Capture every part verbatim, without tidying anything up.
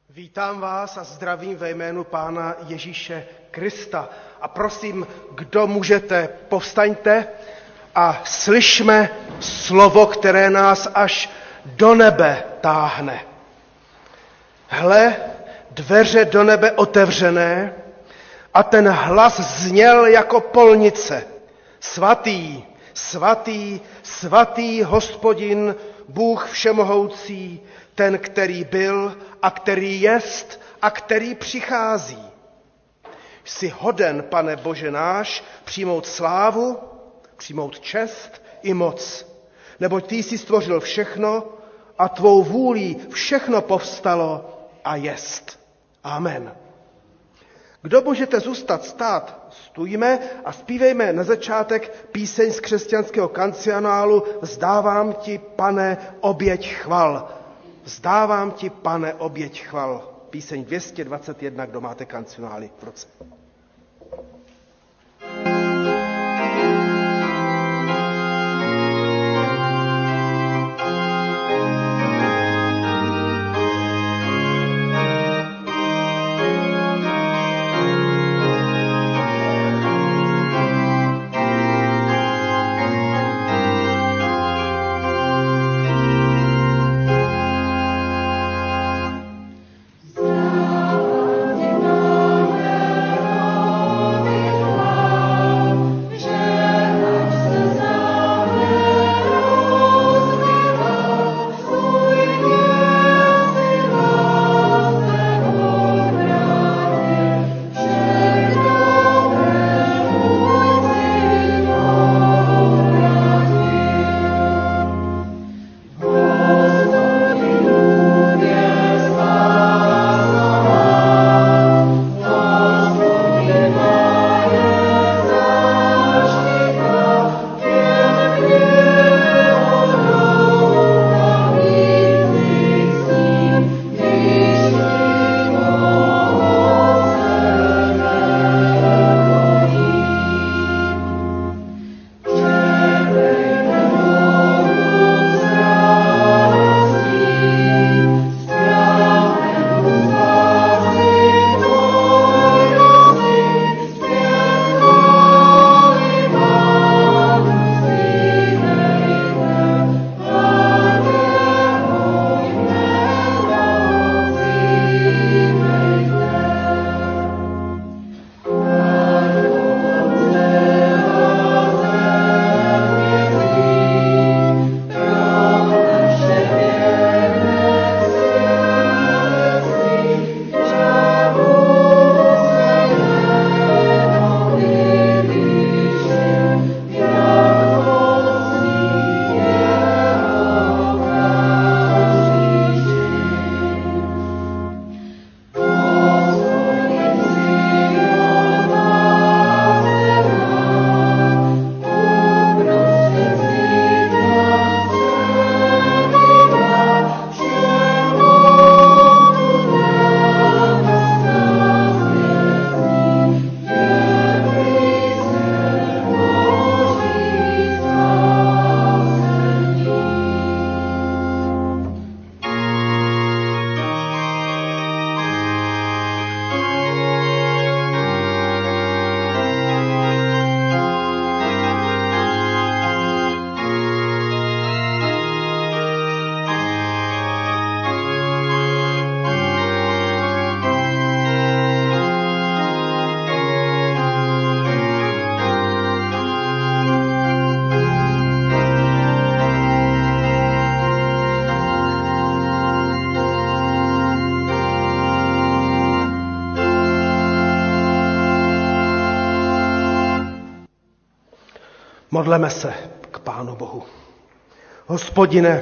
Vítám vás a zdravím ve jménu Pána Ježíše Krista. A prosím, kdo můžete, povstaňte a slyšme slovo, které nás až do nebe táhne. Hle, dveře do nebe otevřené a ten hlas zněl jako polnice. Svatý, svatý, svatý Hospodin, Bůh všemohoucí, ten, který byl a který jest a který přichází. Jsi hoden, Pane Bože náš, přijmout slávu, přijmout čest i moc. Neboť ty jsi stvořil všechno a tvou vůlí všechno povstalo a jest. Amen. Kdo můžete zůstat stát, stůjme a zpívejme na začátek píseň z křesťanského kancionálu Vzdávám ti, Pane, oběť chval. Vzdávám ti, Pane, oběť chval. Píseň dvě stě dvacet jedna, kdo máte kancionály v ruce. Modleme se k Pánu Bohu. Hospodine,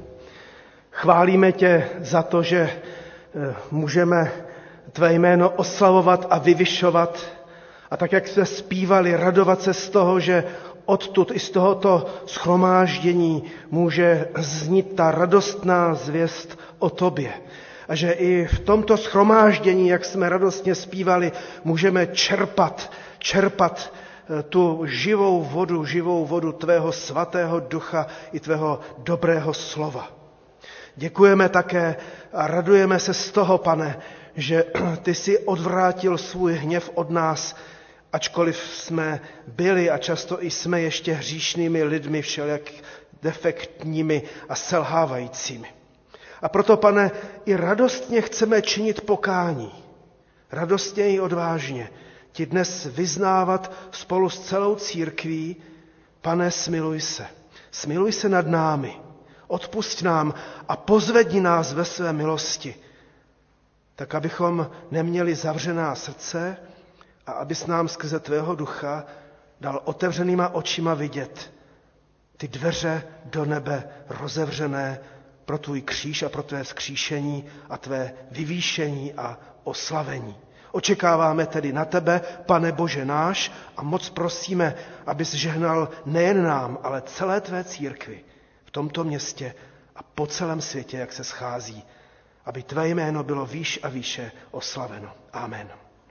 chválíme tě za to, že můžeme tvé jméno oslavovat a vyvyšovat. A tak, jak jsme zpívali, radovat se z toho, že odtud i z tohoto shromáždění může znít ta radostná zvěst o tobě. A že i v tomto shromáždění, jak jsme radostně zpívali, můžeme čerpat, čerpat tu živou vodu, živou vodu tvého svatého ducha i tvého dobrého slova. Děkujeme také a radujeme se z toho, Pane, že ty jsi odvrátil svůj hněv od nás, ačkoliv jsme byli a často i jsme ještě hříšnými lidmi, všelijak defektními a selhávajícími. A proto, Pane, i radostně chceme činit pokání. Radostně i odvážně ti dnes vyznávat spolu s celou církví: Pane, smiluj se. Smiluj se nad námi. Odpusť nám a pozvedni nás ve své milosti, tak abychom neměli zavřená srdce a abys nám skrze tvého ducha dal otevřenýma očima vidět ty dveře do nebe rozevřené pro tvůj kříž a pro tvé vzkříšení a tvé vyvýšení a oslavení. Očekáváme tedy na tebe, Pane Bože náš, a moc prosíme, abys žehnal nejen nám, ale celé tvé církvi v tomto městě a po celém světě, jak se schází, aby tvé jméno bylo výš a výše oslaveno. Amen.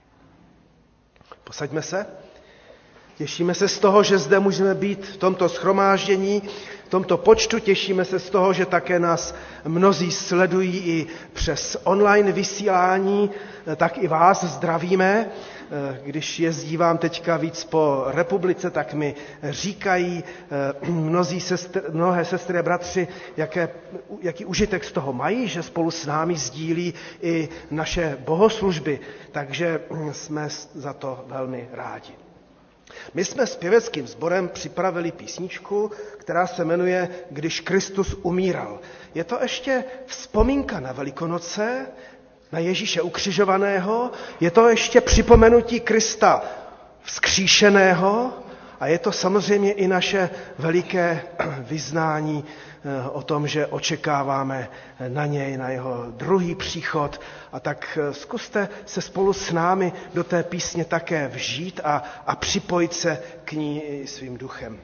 Posaďme se. Těšíme se z toho, že zde můžeme být v tomto shromáždění, v tomto počtu. Těšíme se z toho, že také nás mnozí sledují i přes online vysílání, tak i vás zdravíme. Když jezdívám teďka víc po republice, tak mi říkají mnozí sestr, mnohé sestry a bratři, jaké, jaký užitek z toho mají, že spolu s námi sdílí i naše bohoslužby. Takže jsme za to velmi rádi. My jsme s pěveckým sborem připravili písničku, která se jmenuje Když Kristus umíral. Je to ještě vzpomínka na Velikonoce, na Ježíše ukřižovaného, je to ještě připomenutí Krista vzkříšeného a je to samozřejmě i naše veliké vyznání o tom, že očekáváme na něj, na jeho druhý příchod. A tak zkuste se spolu s námi do té písně také vžít a, a připojit se k ní svým duchem.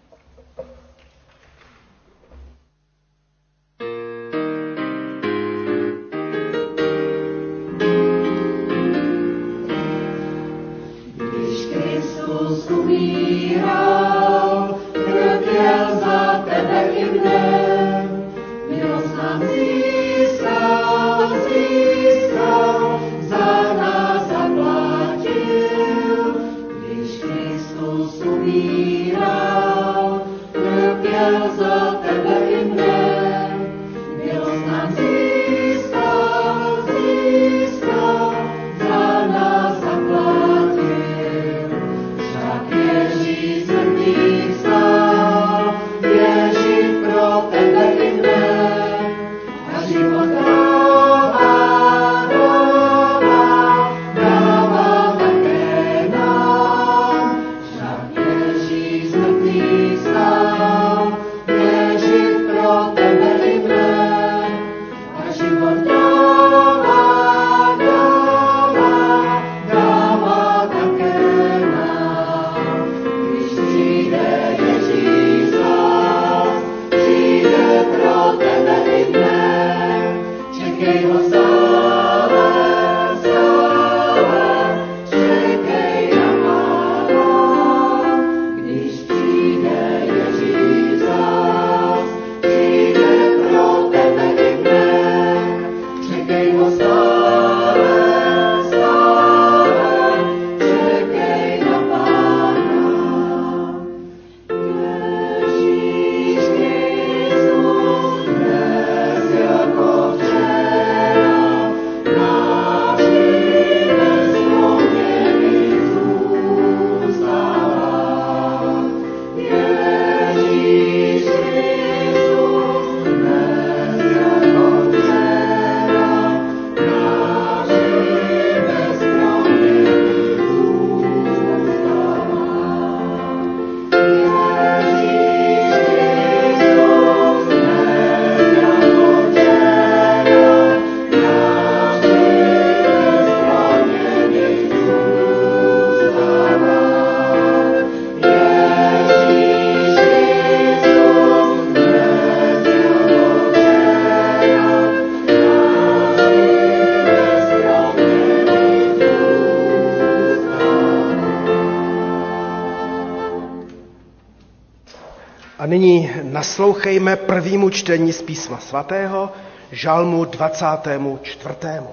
Když Kristus umíral, trpěl za tebe i mne, milost nám získal, získal, za nás zaplatil. Když Kristus umíral, trpěl za tebe i mne, milost nám získal, získal, za nás zaplatil. Však Ježíš z mrtvých vstal, Ježíš pro tebe i mne, a život dává, dává, dává také nám. Však Ježíš z mrtvých vstal, Ježíš pro tebe i mne, a život dává, dává, dává také nám. Když přijde Ježíš zas, přijde pro tebe i mne, čekej ho stále, stále, čekej na Pána. Když přijde Ježíš zas, přijde pro tebe i mne, čekej ho stále, stále, čekej na Pána. Ježíš Kristus dnes jako včera, navždy nezproměnný zůstává. Ježíš Kristus dnes jako včera, navždy nezproměnný zůstává. A nyní naslouchejme prvnímu čtení z Písma svatého, žalmu dvacátému čtvrtému.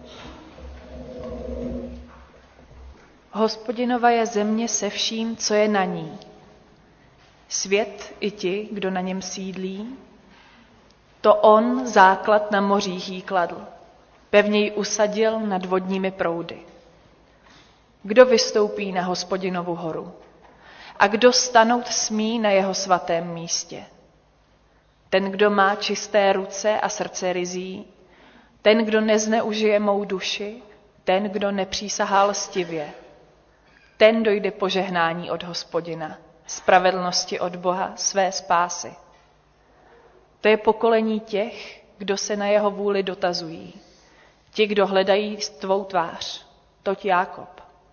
Hospodinova je země se vším, co je na ní. Svět i ti, kdo na něm sídlí. To on základ na mořích jí kladl, pevně ji usadil nad vodními proudy. Kdo vystoupí na Hospodinovu horu? A kdo stanout smí na jeho svatém místě? Ten, kdo má čisté ruce a srdce ryzí, ten, kdo nezneužije mou duši, ten, kdo nepřísahá lstivě, ten dojde požehnání od Hospodina, spravedlnosti od Boha své spásy. To je pokolení těch, kdo se na jeho vůli dotazují, ti, kdo hledají tvou tvář, toť Jákob.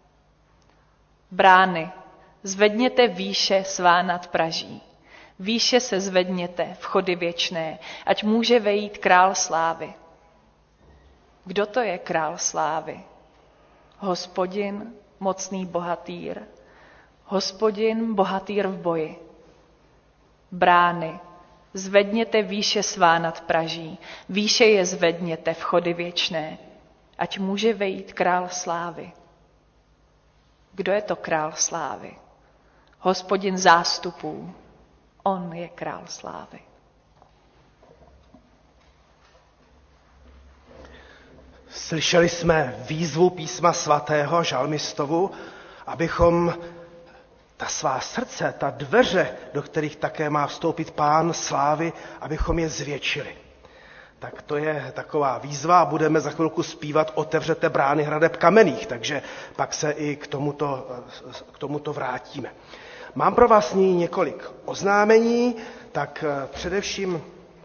Brány, zvedněte výše svá nad Praží, výše se zvedněte, vchody věčné, ať může vejít král slávy. Kdo to je král slávy? Hospodin, mocný bohatýr, Hospodin, bohatýr v boji. Brány, zvedněte výše svá nad Praží, výše je zvedněte, vchody věčné, ať může vejít král slávy. Kdo je to král slávy? Hospodin zástupů, on je král slávy. Slyšeli jsme výzvu písma svatého žalmistovu, abychom ta svá srdce, ta dveře, do kterých také má vstoupit Pán slávy, abychom je zvětšili. Tak to je taková výzva a budeme za chvilku zpívat Otevřete brány hradeb kamenných, takže pak se i k tomuto, k tomuto vrátíme. Mám pro vás nyní několik oznámení, tak především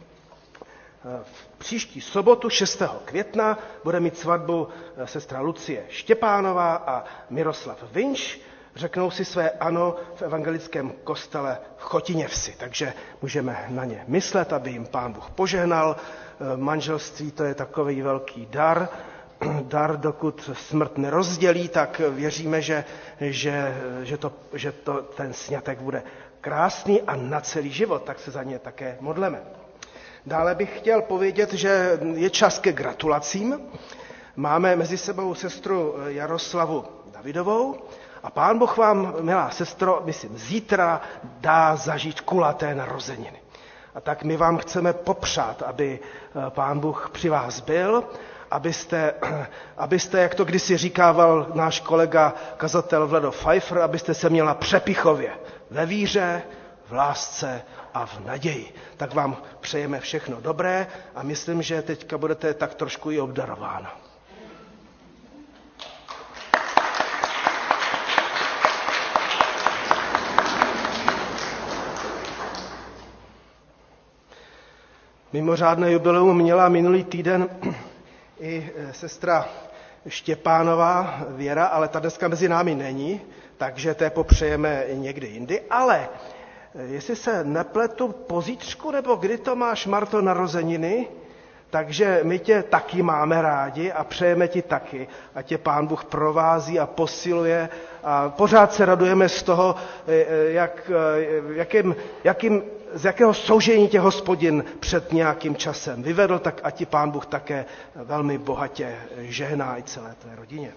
v příští sobotu šestého května bude mít svatbu sestra Lucie Štěpánová a Miroslav Vinč. Řeknou si své ano v evangelickém kostele v Chotiněvsi, takže můžeme na ně myslet, aby jim Pán Bůh požehnal. Manželství to je takový velký dar, dar, dokud smrt nerozdělí, tak věříme, že, že, že, to, že to, ten sňatek bude krásný a na celý život, tak se za ně také modleme. Dále bych chtěl povědět, že je čas ke gratulacím. Máme mezi sebou sestru Jaroslavu Davidovou a Pán Boh vám, milá sestro, myslím, zítra dá zažít kulaté narozeniny. A tak my vám chceme popřát, aby Pán Bůh při vás byl, abyste, abyste, jak to kdysi říkával náš kolega kazatel Vlado Pfeiffer, abyste se měla přepichově ve víře, v lásce a v naději. Tak vám přejeme všechno dobré a myslím, že teďka budete tak trošku i obdarována. Mimořádné jubileum měla minulý týden i sestra Štěpánová Věra, ale ta dneska mezi námi není, takže té popřejeme někdy jindy. Ale jestli se nepletu po zítřku, nebo kdy to máš, Marto, narozeniny, takže my tě taky máme rádi a přejeme ti taky. A tě Pán Bůh provází a posiluje a pořád se radujeme z toho, jak, jakým, jakým, z jakého soužení tě Hospodin před nějakým časem vyvedl, tak a ti Pán Bůh také velmi bohatě žehná i celé tvé rodině.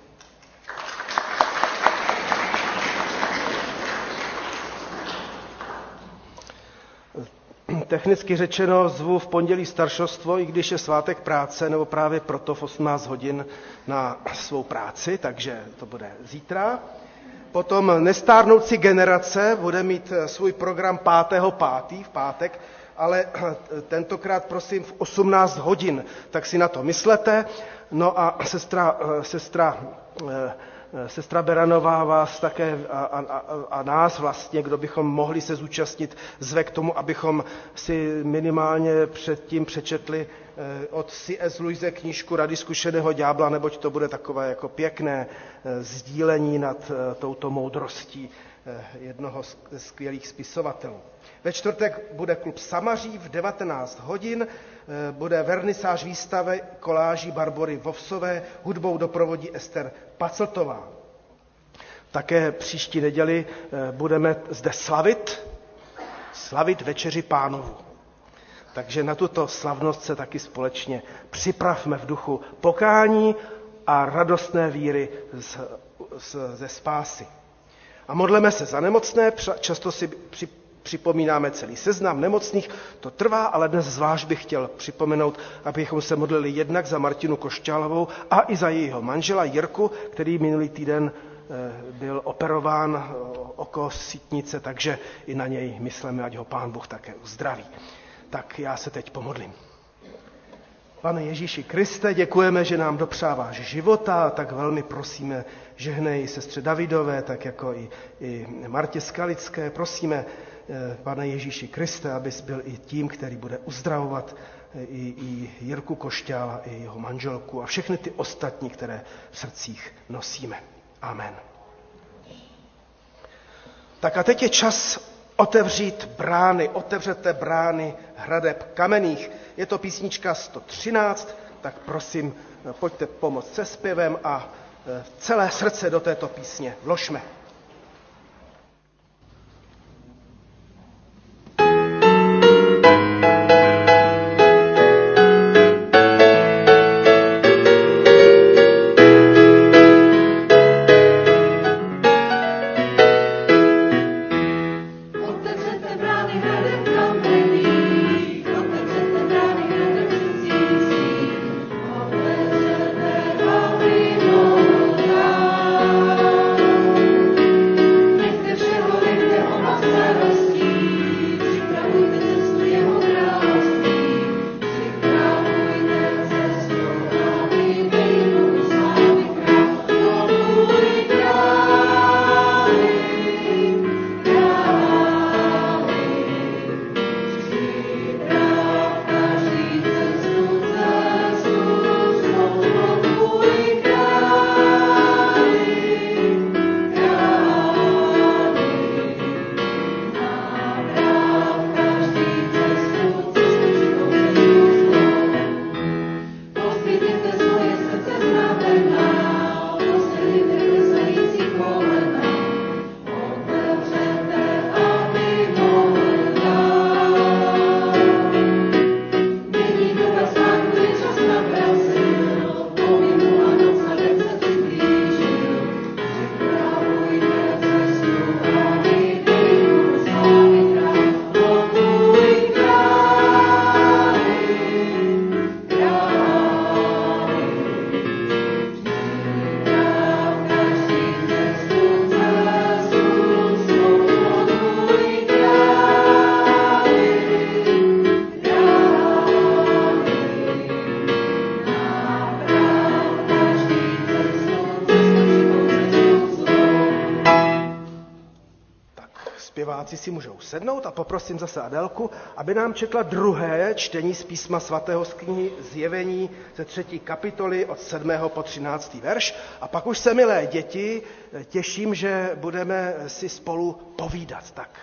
Technicky řečeno zvu v pondělí staršostvo, i když je svátek práce, nebo právě proto v osmnáct hodin na svou práci, takže to bude zítra. Potom nestárnoucí generace bude mít svůj program pátého pátého v pátek, ale tentokrát prosím v osmnáct hodin, tak si na to myslete. No a sestra, sestra, sestra Beranová vás také a, a, a nás vlastně, kdo bychom mohli se zúčastnit, zve k tomu, abychom si minimálně předtím přečetli od C S Luise knížku Rady zkušeného ďábla, neboť to bude takové jako pěkné sdílení nad touto moudrostí jednoho z skvělých spisovatelů. Ve čtvrtek bude klub Samaří v devatenáct hodin, bude vernisáž výstavy koláží Barbory Vovsové, hudbou doprovodí Ester Pacltová. Také příští neděli budeme zde slavit, slavit večeři Pánovu. Takže na tuto slavnost se taky společně připravme v duchu pokání a radostné víry z, z, ze spásy. A modleme se za nemocné, často si při, připomínáme celý seznam nemocných, to trvá, ale dnes zvlášť bych chtěl připomenout, abychom se modlili jednak za Martinu Košťálovou a i za jejího manžela Jirku, který minulý týden byl operován oko sítnice, takže i na něj myslíme, ať ho Pán Bůh také uzdraví. Tak já se teď pomodlím. Pane Ježíši Kriste, děkujeme, že nám dopřáváš života, tak velmi prosíme, žehnej sestře Davidové, tak jako i, i Martě Skalické. Prosíme, Pane Ježíši Kriste, abys byl i tím, který bude uzdravovat i, i Jirku Košťála, i jeho manželku a všechny ty ostatní, které v srdcích nosíme. Amen. Tak a teď je čas otevřít brány, otevřete brány hradeb kamenných. Je to písnička sto třináct, tak prosím, pojďte pomoct se zpěvem a celé srdce do této písně vložme. Zpěváci si můžou sednout a poprosím zase Adélku, aby nám četla druhé čtení z písma svatého z knihy Zjevení ze třetí kapitoly od sedmého po třináctý verš. A pak už se, milé děti, těším, že budeme si spolu povídat. Tak.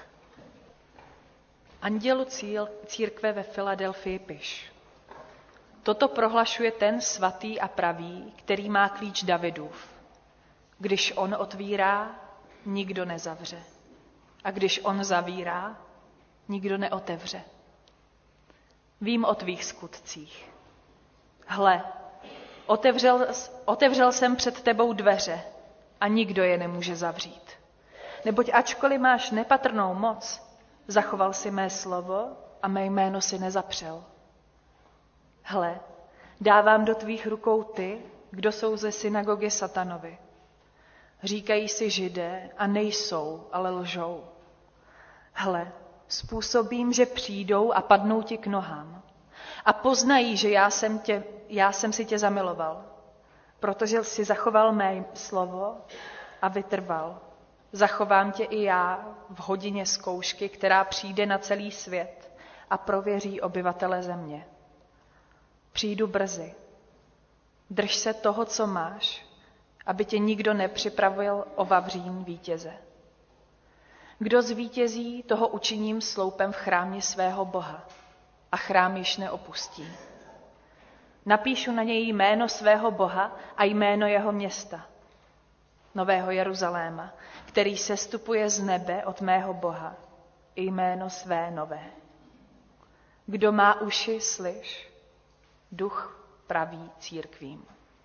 Andělu církve ve Filadelfii piš. Toto prohlašuje ten svatý a pravý, který má klíč Davidův. Když on otvírá, nikdo nezavře. A když on zavírá, nikdo neotevře. Vím o tvých skutcích. Hle, otevřel, otevřel jsem před tebou dveře a nikdo je nemůže zavřít. Neboť ačkoliv máš nepatrnou moc, zachoval si mé slovo a mé jméno si nezapřel. Hle, dávám do tvých rukou ty, kdo jsou ze synagogy Satanovi. Říkají si Židé a nejsou, ale lžou. Hle, způsobím, že přijdou a padnou ti k nohám. A poznají, že já jsem, tě, já jsem si tě zamiloval, protože jsi zachoval mé slovo a vytrval. Zachovám tě i já v hodině zkoušky, která přijde na celý svět a prověří obyvatele země. Přijdu brzy. Drž se toho, co máš, aby tě nikdo nepřipravil o vavřín vítěze. Kdo zvítězí, toho učiním sloupem v chrámě svého Boha a chrám již neopustí. Napíšu na něj jméno svého Boha a jméno jeho města, Nového Jeruzaléma, který sestupuje z nebe od mého Boha, i jméno své nové. Kdo má uši, slyš. Duch praví církvím.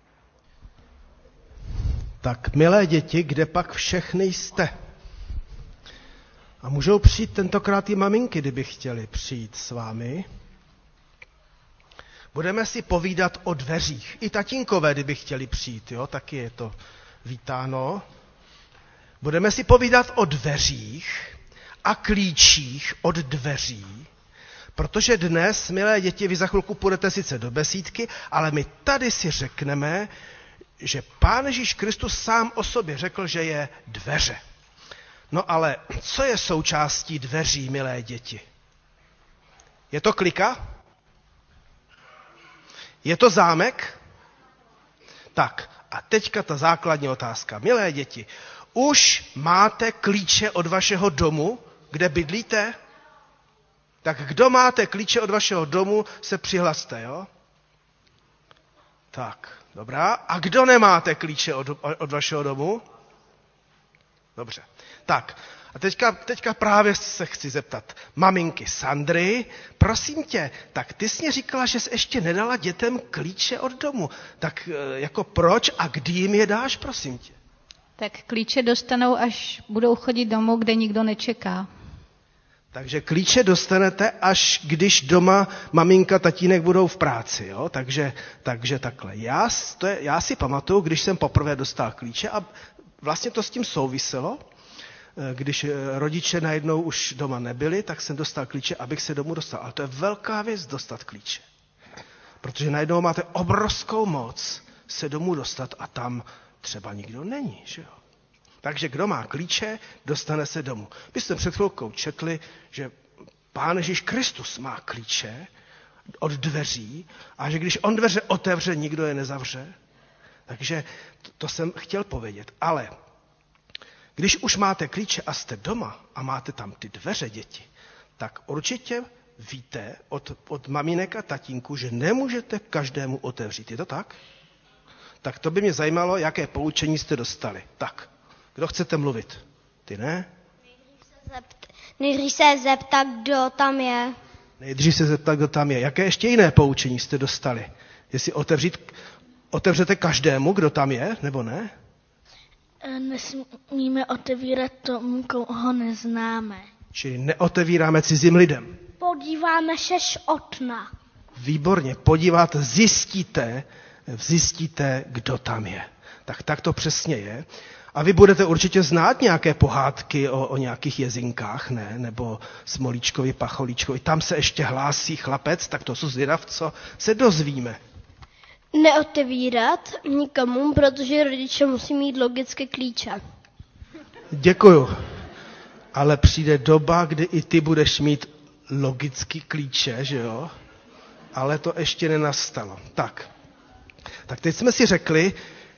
Tak, milé děti, kde pak všechny jste? A můžou přijít tentokrát i maminky, kdyby chtěli přijít s vámi. Budeme si povídat o dveřích. I tatínkové, kdyby chtěli přijít, jo, taky je to vítáno. Budeme si povídat o dveřích a klíčích od dveří, protože dnes, milé děti, vy za chvilku půjdete sice do besídky, ale my tady si řekneme, že Pán Ježíš Kristus sám o sobě řekl, že je dveře. No ale co je součástí dveří, milé děti? Je to klika? Je to zámek? Tak, a teďka ta základní otázka. Milé děti, už máte klíče od vašeho domu, kde bydlíte? Tak kdo máte klíče od vašeho domu, se přihlaste, jo? Tak, dobrá. A kdo nemáte klíče od, od vašeho domu? Dobře. Tak, a teďka, teďka právě se chci zeptat. Maminky Sandry, prosím tě, tak ty jsi mě říkala, že jsi ještě nedala dětem klíče od domu. Tak jako proč a kdy jim je dáš, prosím tě? Tak klíče dostanou, až budou chodit domů, kde nikdo nečeká. Takže klíče dostanete, až když doma maminka, tatínek budou v práci, jo? Takže, takže takhle. Já, to je, já si pamatuju, když jsem poprvé dostal klíče a vlastně to s tím souviselo, když rodiče najednou už doma nebyli, tak jsem dostal klíče, abych se domů dostal. Ale to je velká věc dostat klíče. Protože najednou máte obrovskou moc se domů dostat a tam třeba nikdo není, že jo? Takže kdo má klíče, dostane se domů. My jsme před chvilkou četli, že Pán Ježíš Kristus má klíče od dveří a že když on dveře otevře, nikdo je nezavře. Takže to, to jsem chtěl povědět. Ale když už máte klíče a jste doma a máte tam ty dveře, děti, tak určitě víte od, od maminek a tatínku, že nemůžete každému otevřít. Je to tak? Tak to by mě zajímalo, jaké poučení jste dostali. Tak. Kdo chcete mluvit? Ty ne? Nejdřív se zeptat, kdo tam je. Nejdřív se zeptat, kdo tam je. Jaké ještě jiné poučení jste dostali? Jestli otevřít, otevřete každému, kdo tam je, nebo ne? Nesmíme otevírat tomu, koho neznáme. Čili neotevíráme cizím lidem. Podíváme se z okna. Výborně, podíváte, zjistíte, zjistíte, kdo tam je. Tak tak to přesně je. A vy budete určitě znát nějaké pohádky o, o nějakých jezinkách, ne? Nebo Smolíčkovi, Pacholíčkovi. Tam se ještě hlásí chlapec, tak to jsou zvědav, co se dozvíme. Neotevírat nikomu, protože rodiče musí mít logické klíče. Děkuju. Ale přijde doba, kdy i ty budeš mít logický klíče, že jo? Ale to ještě nenastalo. Tak. Tak teď jsme si řekli,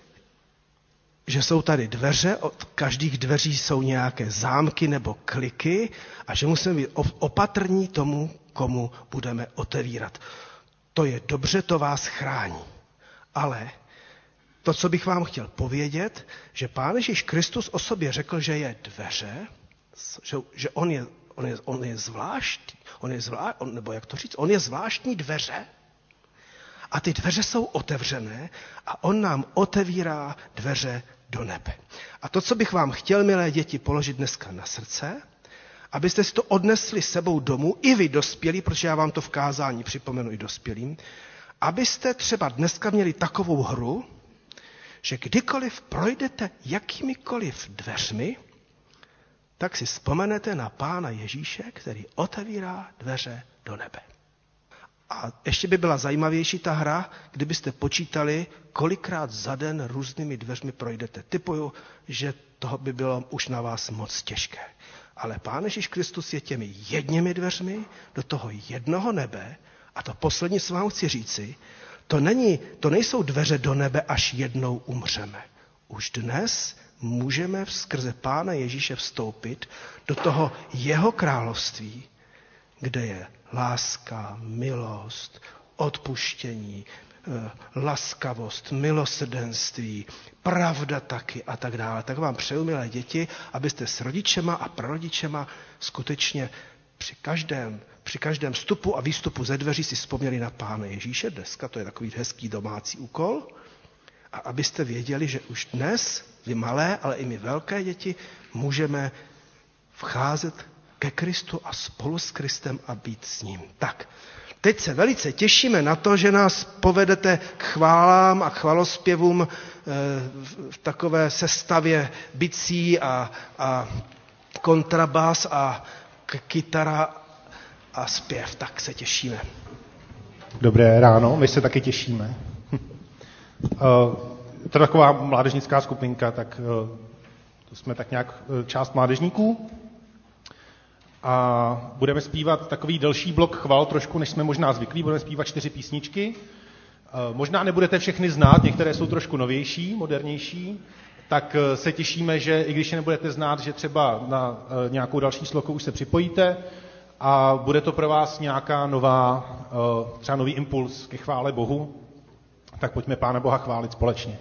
že jsou tady dveře, od každých dveří jsou nějaké zámky nebo kliky a že musíme být opatrní tomu, komu budeme otevírat. To je dobře, to vás chrání. Ale to, co bych vám chtěl povědět, že Pán Ježíš Kristus o sobě řekl, že je dveře, že, že on, je, on, je, on je zvláštní, on je zvlá, on, nebo jak to říct, on je zvláštní dveře, a ty dveře jsou otevřené a on nám otevírá dveře do nebe. A to, co bych vám chtěl, milé děti, položit dneska na srdce, abyste si to odnesli sebou domů, i vy dospělí, protože já vám to v kázání připomenu i dospělým, abyste třeba dneska měli takovou hru, že kdykoliv projdete jakýmikoliv dveřmi, tak si vzpomenete na Pána Ježíše, který otevírá dveře do nebe. A ještě by byla zajímavější ta hra, kdybyste počítali, kolikrát za den různými dveřmi projdete. Typuju, že toho by bylo už na vás moc těžké. Ale Pán Ježíš Kristus je těmi jedněmi dveřmi do toho jednoho nebe. A to poslední, co vám chci říci, to, není, to nejsou dveře do nebe, až jednou umřeme. Už dnes můžeme skrze Pána Ježíše vstoupit do toho jeho království, kde je láska, milost, odpuštění, laskavost, milosrdenství, pravda taky a tak dále. Tak vám přeju, milé děti, abyste s rodičema a prarodičema skutečně při každém, při každém vstupu a výstupu ze dveří si vzpomněli na Pána Ježíše. Dneska to je takový hezký domácí úkol. A abyste věděli, že už dnes, vy malé, ale i my velké děti, můžeme vcházet ke Kristu a spolu s Kristem a být s ním. Tak, teď se velice těšíme na to, že nás povedete k chválám a chvalospěvům v takové sestavě bicí a, a kontrabas a kytara a zpěv. Tak se těšíme. Dobré ráno, my se taky těšíme. To je taková mládežnická skupinka, tak to jsme tak nějak část mládežníků. A budeme zpívat takový delší blok chval, trošku než jsme možná zvyklí, budeme zpívat čtyři písničky. Možná nebudete všechny znát, některé jsou trošku novější, modernější, tak se těšíme, že i když je nebudete znát, že třeba na nějakou další sloku už se připojíte a bude to pro vás nějaká nová, třeba nový impuls ke chvále Bohu, tak pojďme Pána Boha chválit společně.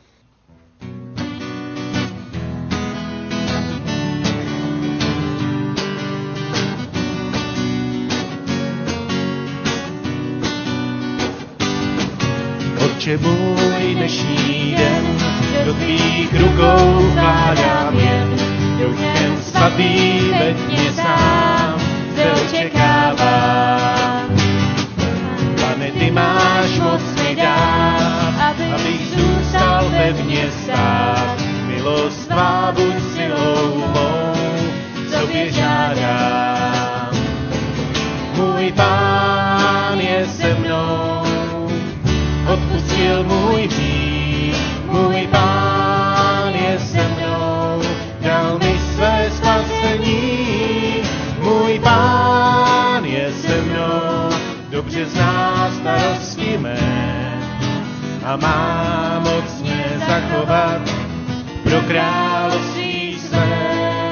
Otče můj, dnešní den do tvých rukou vkládám jen, Duchem svatý veď mě sám zde očekávám. Pane, ty máš moc mi dát, abych zůstal pevně stát. Milost tvá buď silou mou, sobě žádám. Můj Pán je se mnou, odpustil můj hřích, můj Pán je se mnou, dal mi své spasení. Můj Pán je se mnou, dobře zná starosti mé a má moc mě zachovat pro království své.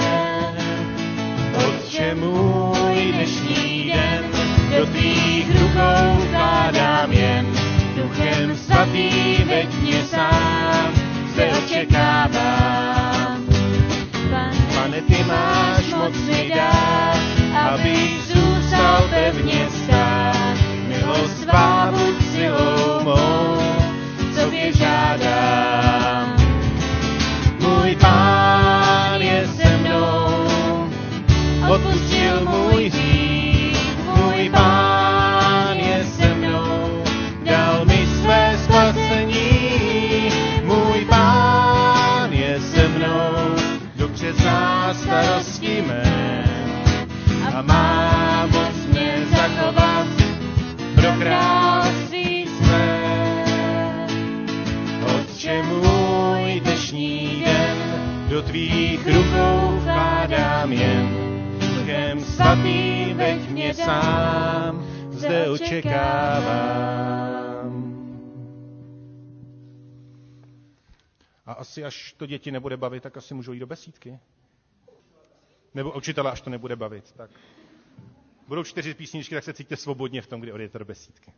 Otče můj, dnešní den do tvých rukou vkládám jen, Duchem svatý veď mě sám zde očekávám. Pane, ty máš moc mi dát, abych zůstal pevně stát. Milost tvá buď silou mou, sobě žádám. Můj Pán je se mnou, odpustil můj hřích. Můj Pán je se mnou, dal mi své spasení. Můj Pán je se mnou, dobře zná starosti mé a má moc mě zachovat pro království své. Otče můj, dnešní den do tvých rukou vkládám jen, Duchem svatý veď mě sám zde očekávám. A asi až to děti nebude bavit, tak asi můžou jít do besídky. Nebo učitele, až to nebude bavit. Tak. Budou čtyři písničky, tak se cítíte svobodně v tom, kdy odjedete do besídky.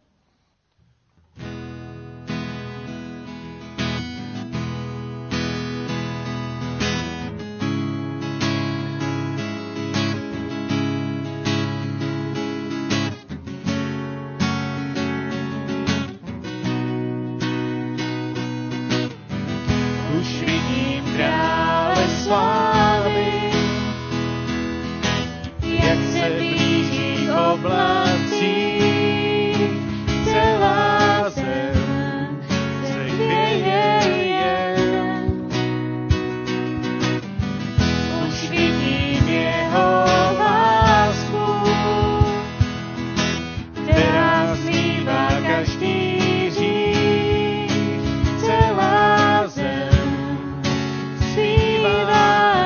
Zpívá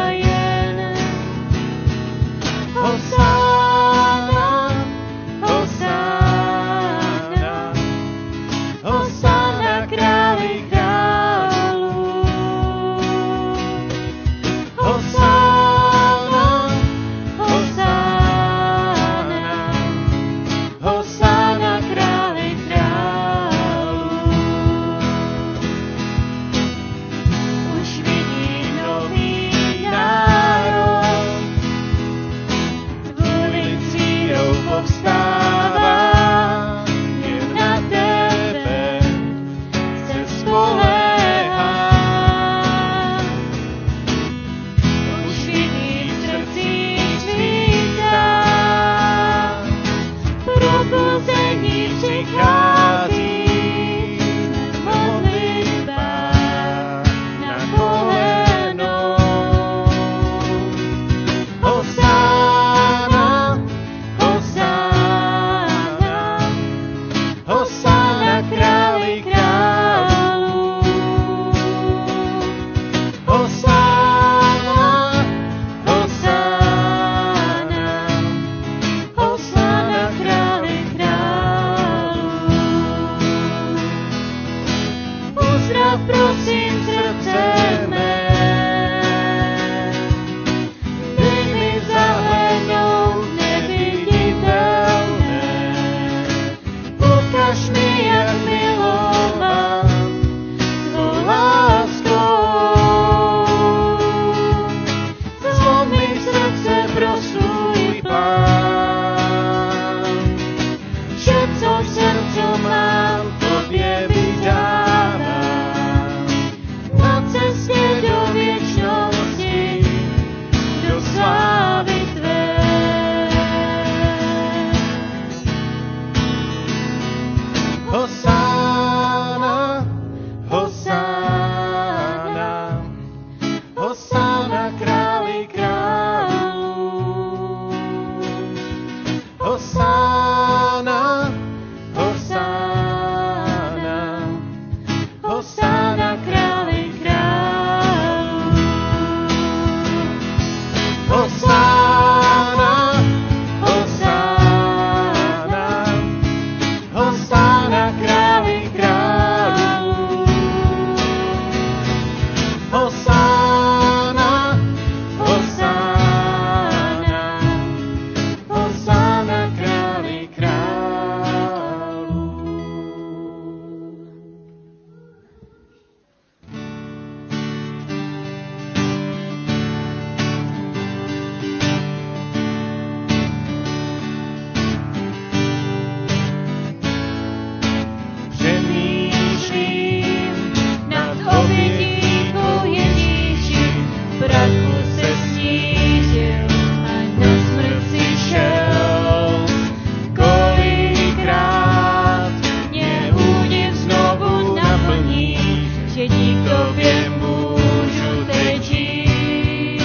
tobě můžu teď žít,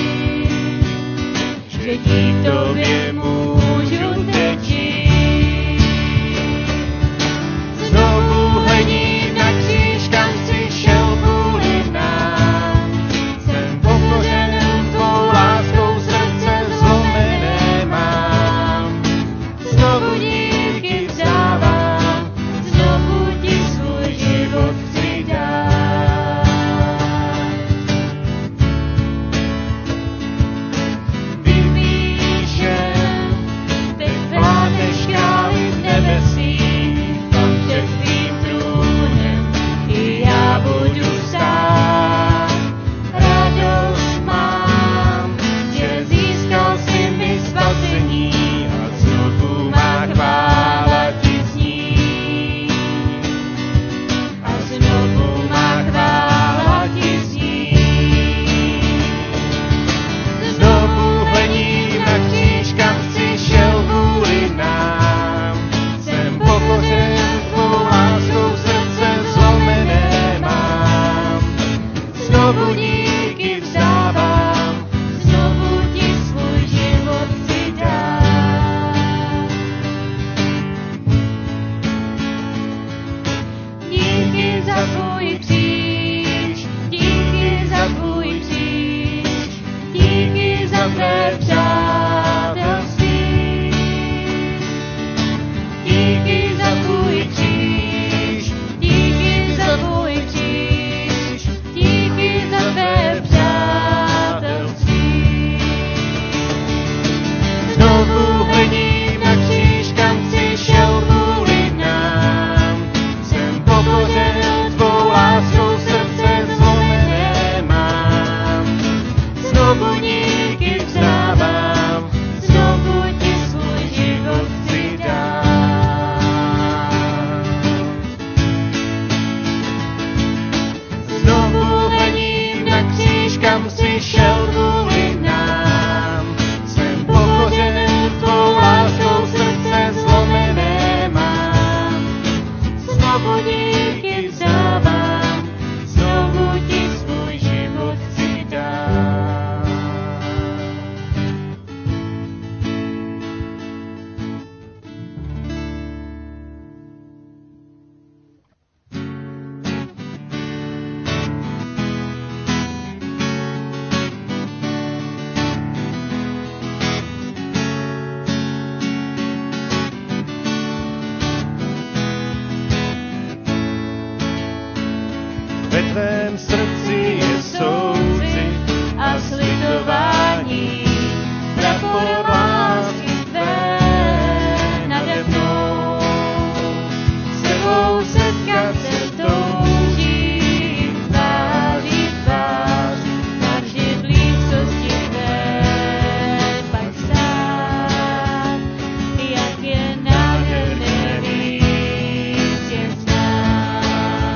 že dík tobě můžu teď žít. Znovu hledím na kříž, kam jsi šel kvůli nám. Jsem pokořen tvou láskou, srdce zlomené mám. Znovu díky vzdávám, znovu ti svůj život chci dát. Vypíšem, teď vládneš králi v nebesích, tam před tvým trůnem i já budu stát. Radost mám, že získal jsi mi spasení a znovu má chvála ti zní. A znovu má chvála ti zní. Znovu hledím na kříž, kam jsi šel kvůli nám. Jsem pokořen tvou láskou, srdce zlomené mám. Znovu díky vzdávám, znovu ti svůj život chci dát. Díky za tvůj kříž, díky za tvůj kříž, díky za tvé přátelství. Díky za tvůj kříž, díky za tvůj kříž, díky za tvé přátelství. Znovu hledím na kříž, kam jsi šel kvůli nám. Jsem pokořen tvou láskou, srdce zlomené mám. Znovu díky vzdávám, znovu ti svůj život chci dát. Znovu hledím na kříž, kam jsi šel kvůli nám. Jsem pokořen tvou láskou, srdce zlomené mám. Znovu díky vzdávám, znovu ti svůj život chci dát. Ve tvém srdci je soucit a slitování, prapor lásky tvé nade mnou. S tebou setkat se toužím, tváří tvář, navždy blízkosti tvé pak stát. Jak je nádherné víc je znát.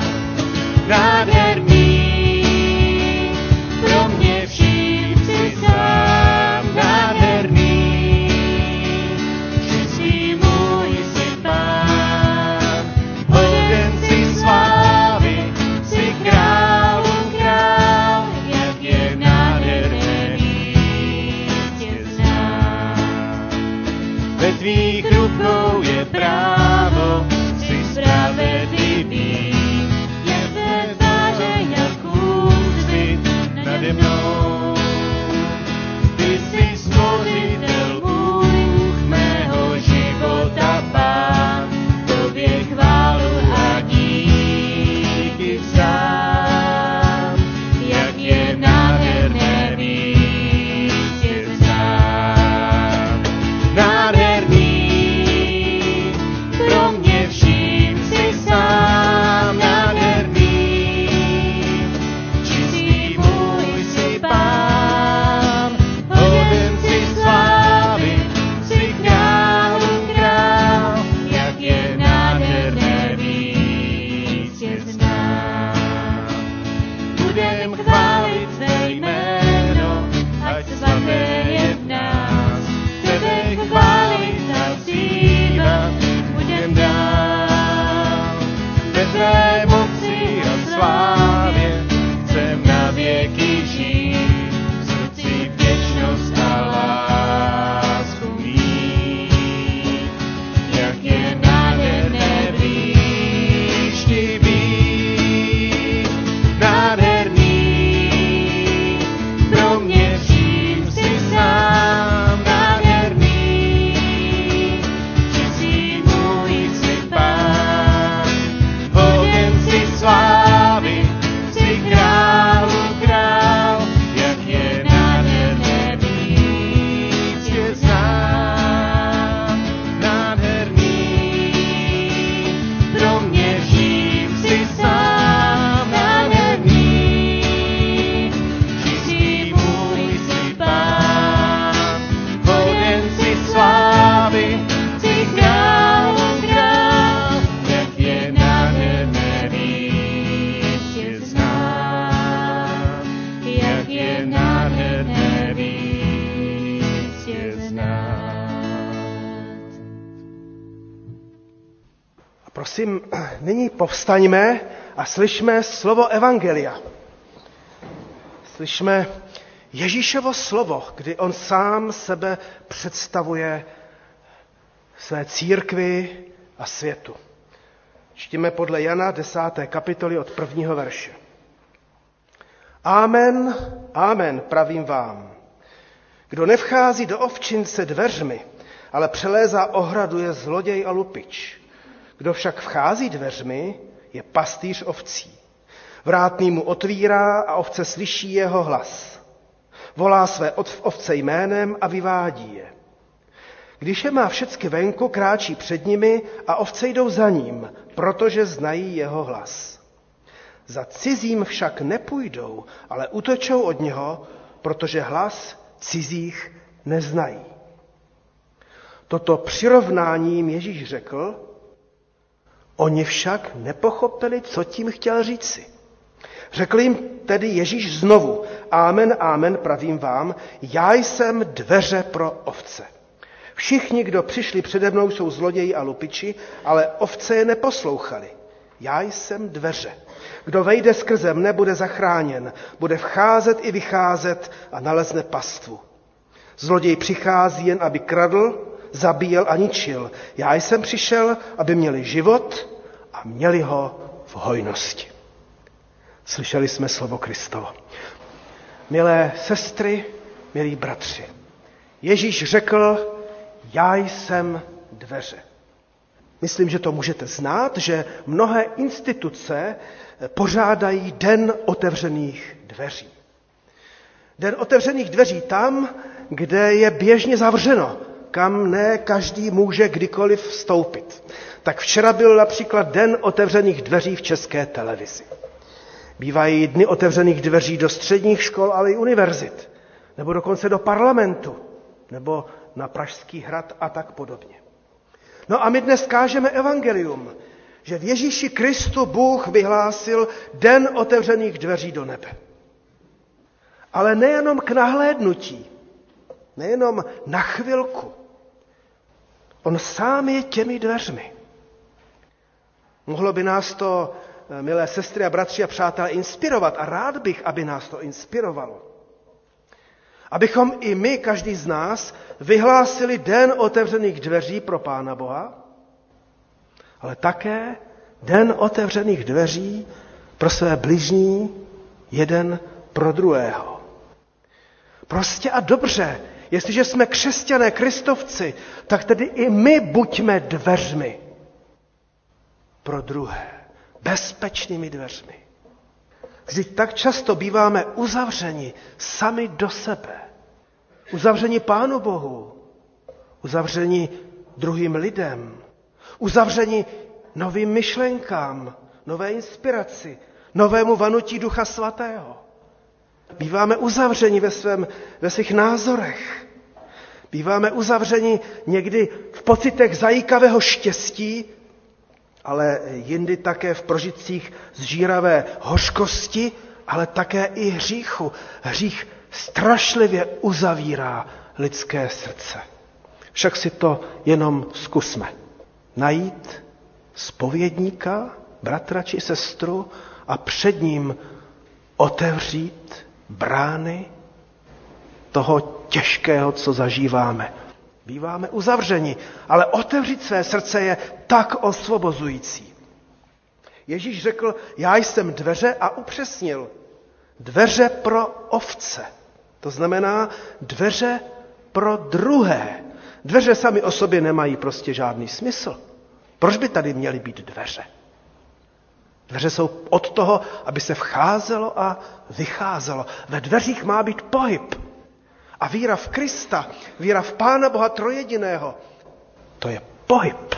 Nádherný, pro mě vším si sám nádherný, čistý můj si pán, hoden si slávy, si králům král, jak je nádherné víc je znát. Ve tvých rukou je právo, si spravedlivý, nade mnou. Ty jsi stvořitel Bůh mého života, Pán, tobě chválu a díky vzdám. Jak je nádherné víc je znám. Nádherný, pro mě vším si sám nádherný. Pán, hoden si slávy, si králům král, jak je nádherné víc je znám. Budem chválit tvé jméno, ať svaté je v nás, tebe chválit a zpívat budem dál. Ve tvé moci a slávě Prosím, nyní povstaňme a slyšme slovo evangelia. Slyšme Ježíšovo slovo, kdy on sám sebe představuje své církvi a světu. Čtíme podle Jana desáté kapitoly od prvního verše. Amen, amen, pravím vám. Kdo nevchází do ovčince dveřmi, ale přelézá ohradu, je zloděj a lupič. Kdo však vchází dveřmi, je pastýř ovcí. Vrátný mu otvírá a ovce slyší jeho hlas. Volá své ovce jménem a vyvádí je. Když je má všecky venku, kráčí před nimi a ovce jdou za ním, protože znají jeho hlas. Za cizím však nepůjdou, ale utečou od něho, protože hlas cizích neznají. Toto přirovnání jim Ježíš řekl, oni však nepochopili, co tím chtěl říci. Řekl jim tedy Ježíš znovu, amen, amen, pravím vám, já jsem dveře pro ovce. Všichni, kdo přišli přede mnou, jsou zloději a lupiči, ale ovce je neposlouchali. Já jsem dveře. Kdo vejde skrze mne, bude zachráněn, bude vcházet i vycházet a nalezne pastvu. Zloděj přichází jen, aby kradl, zabíjel a ničil. Já jsem přišel, aby měli život a měli ho v hojnosti. Slyšeli jsme slovo Kristovo. Milé sestry, milí bratři, Ježíš řekl, já jsem dveře. Myslím, že to můžete znát, že mnohé instituce pořádají den otevřených dveří. Den otevřených dveří tam, kde je běžně zavřeno, kam ne každý může kdykoliv vstoupit. Tak včera byl například den otevřených dveří v České televizi. Bývají dny otevřených dveří do středních škol, ale i univerzit, nebo dokonce do parlamentu, nebo na Pražský hrad a tak podobně. No a my dnes kážeme evangelium, že v Ježíši Kristu Bůh vyhlásil den otevřených dveří do nebe. Ale nejenom k nahlédnutí, nejenom na chvilku. On sám je těmi dveřmi. Mohlo by nás to, milé sestry a bratři a přátelé, inspirovat a rád bych, aby nás to inspirovalo. Abychom i my, každý z nás, vyhlásili den otevřených dveří pro Pána Boha, ale také den otevřených dveří pro své bližní, jeden pro druhého. Prostě a dobře, jestliže jsme křesťané, kristovci, tak tedy i my buďme dveřmi pro druhé, bezpečnými dveřmi. Vždyť tak často býváme uzavřeni sami do sebe. Uzavřeni Pánu Bohu, uzavřeni druhým lidem, uzavřeni novým myšlenkám, nové inspiraci, novému vanutí Ducha Svatého. Býváme uzavřeni ve, svém, ve svých názorech. Býváme uzavřeni někdy v pocitech zajíkavého štěstí, ale jindy také v prožitcích zžíravé hořkosti, ale také i hříchu. Hřích strašlivě uzavírá lidské srdce. Však si to jenom zkusme. Najít zpovědníka, bratra či sestru a před ním otevřít brány toho těžkého, co zažíváme. Býváme uzavřeni, ale otevřít své srdce je tak osvobozující. Ježíš řekl, já jsem dveře a upřesnil. Dveře pro ovce. To znamená dveře pro druhé. Dveře sami o sobě nemají prostě žádný smysl. Proč by tady měly být dveře? Dveře jsou od toho, aby se vcházelo a vycházelo. Ve dveřích má být pohyb. A víra v Krista, víra v Pána Boha trojjediného, to je pohyb.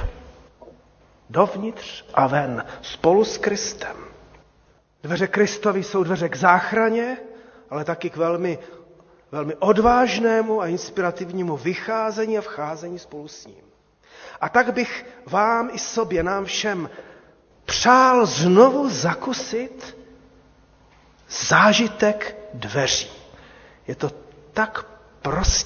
Dovnitř a ven, spolu s Kristem. Dveře Kristovi jsou dveře k záchraně, ale taky k velmi, velmi odvážnému a inspirativnímu vycházení a vcházení spolu s ním. A tak bych vám i sobě, nám všem přál znovu zakusit zážitek dveří. Je to tak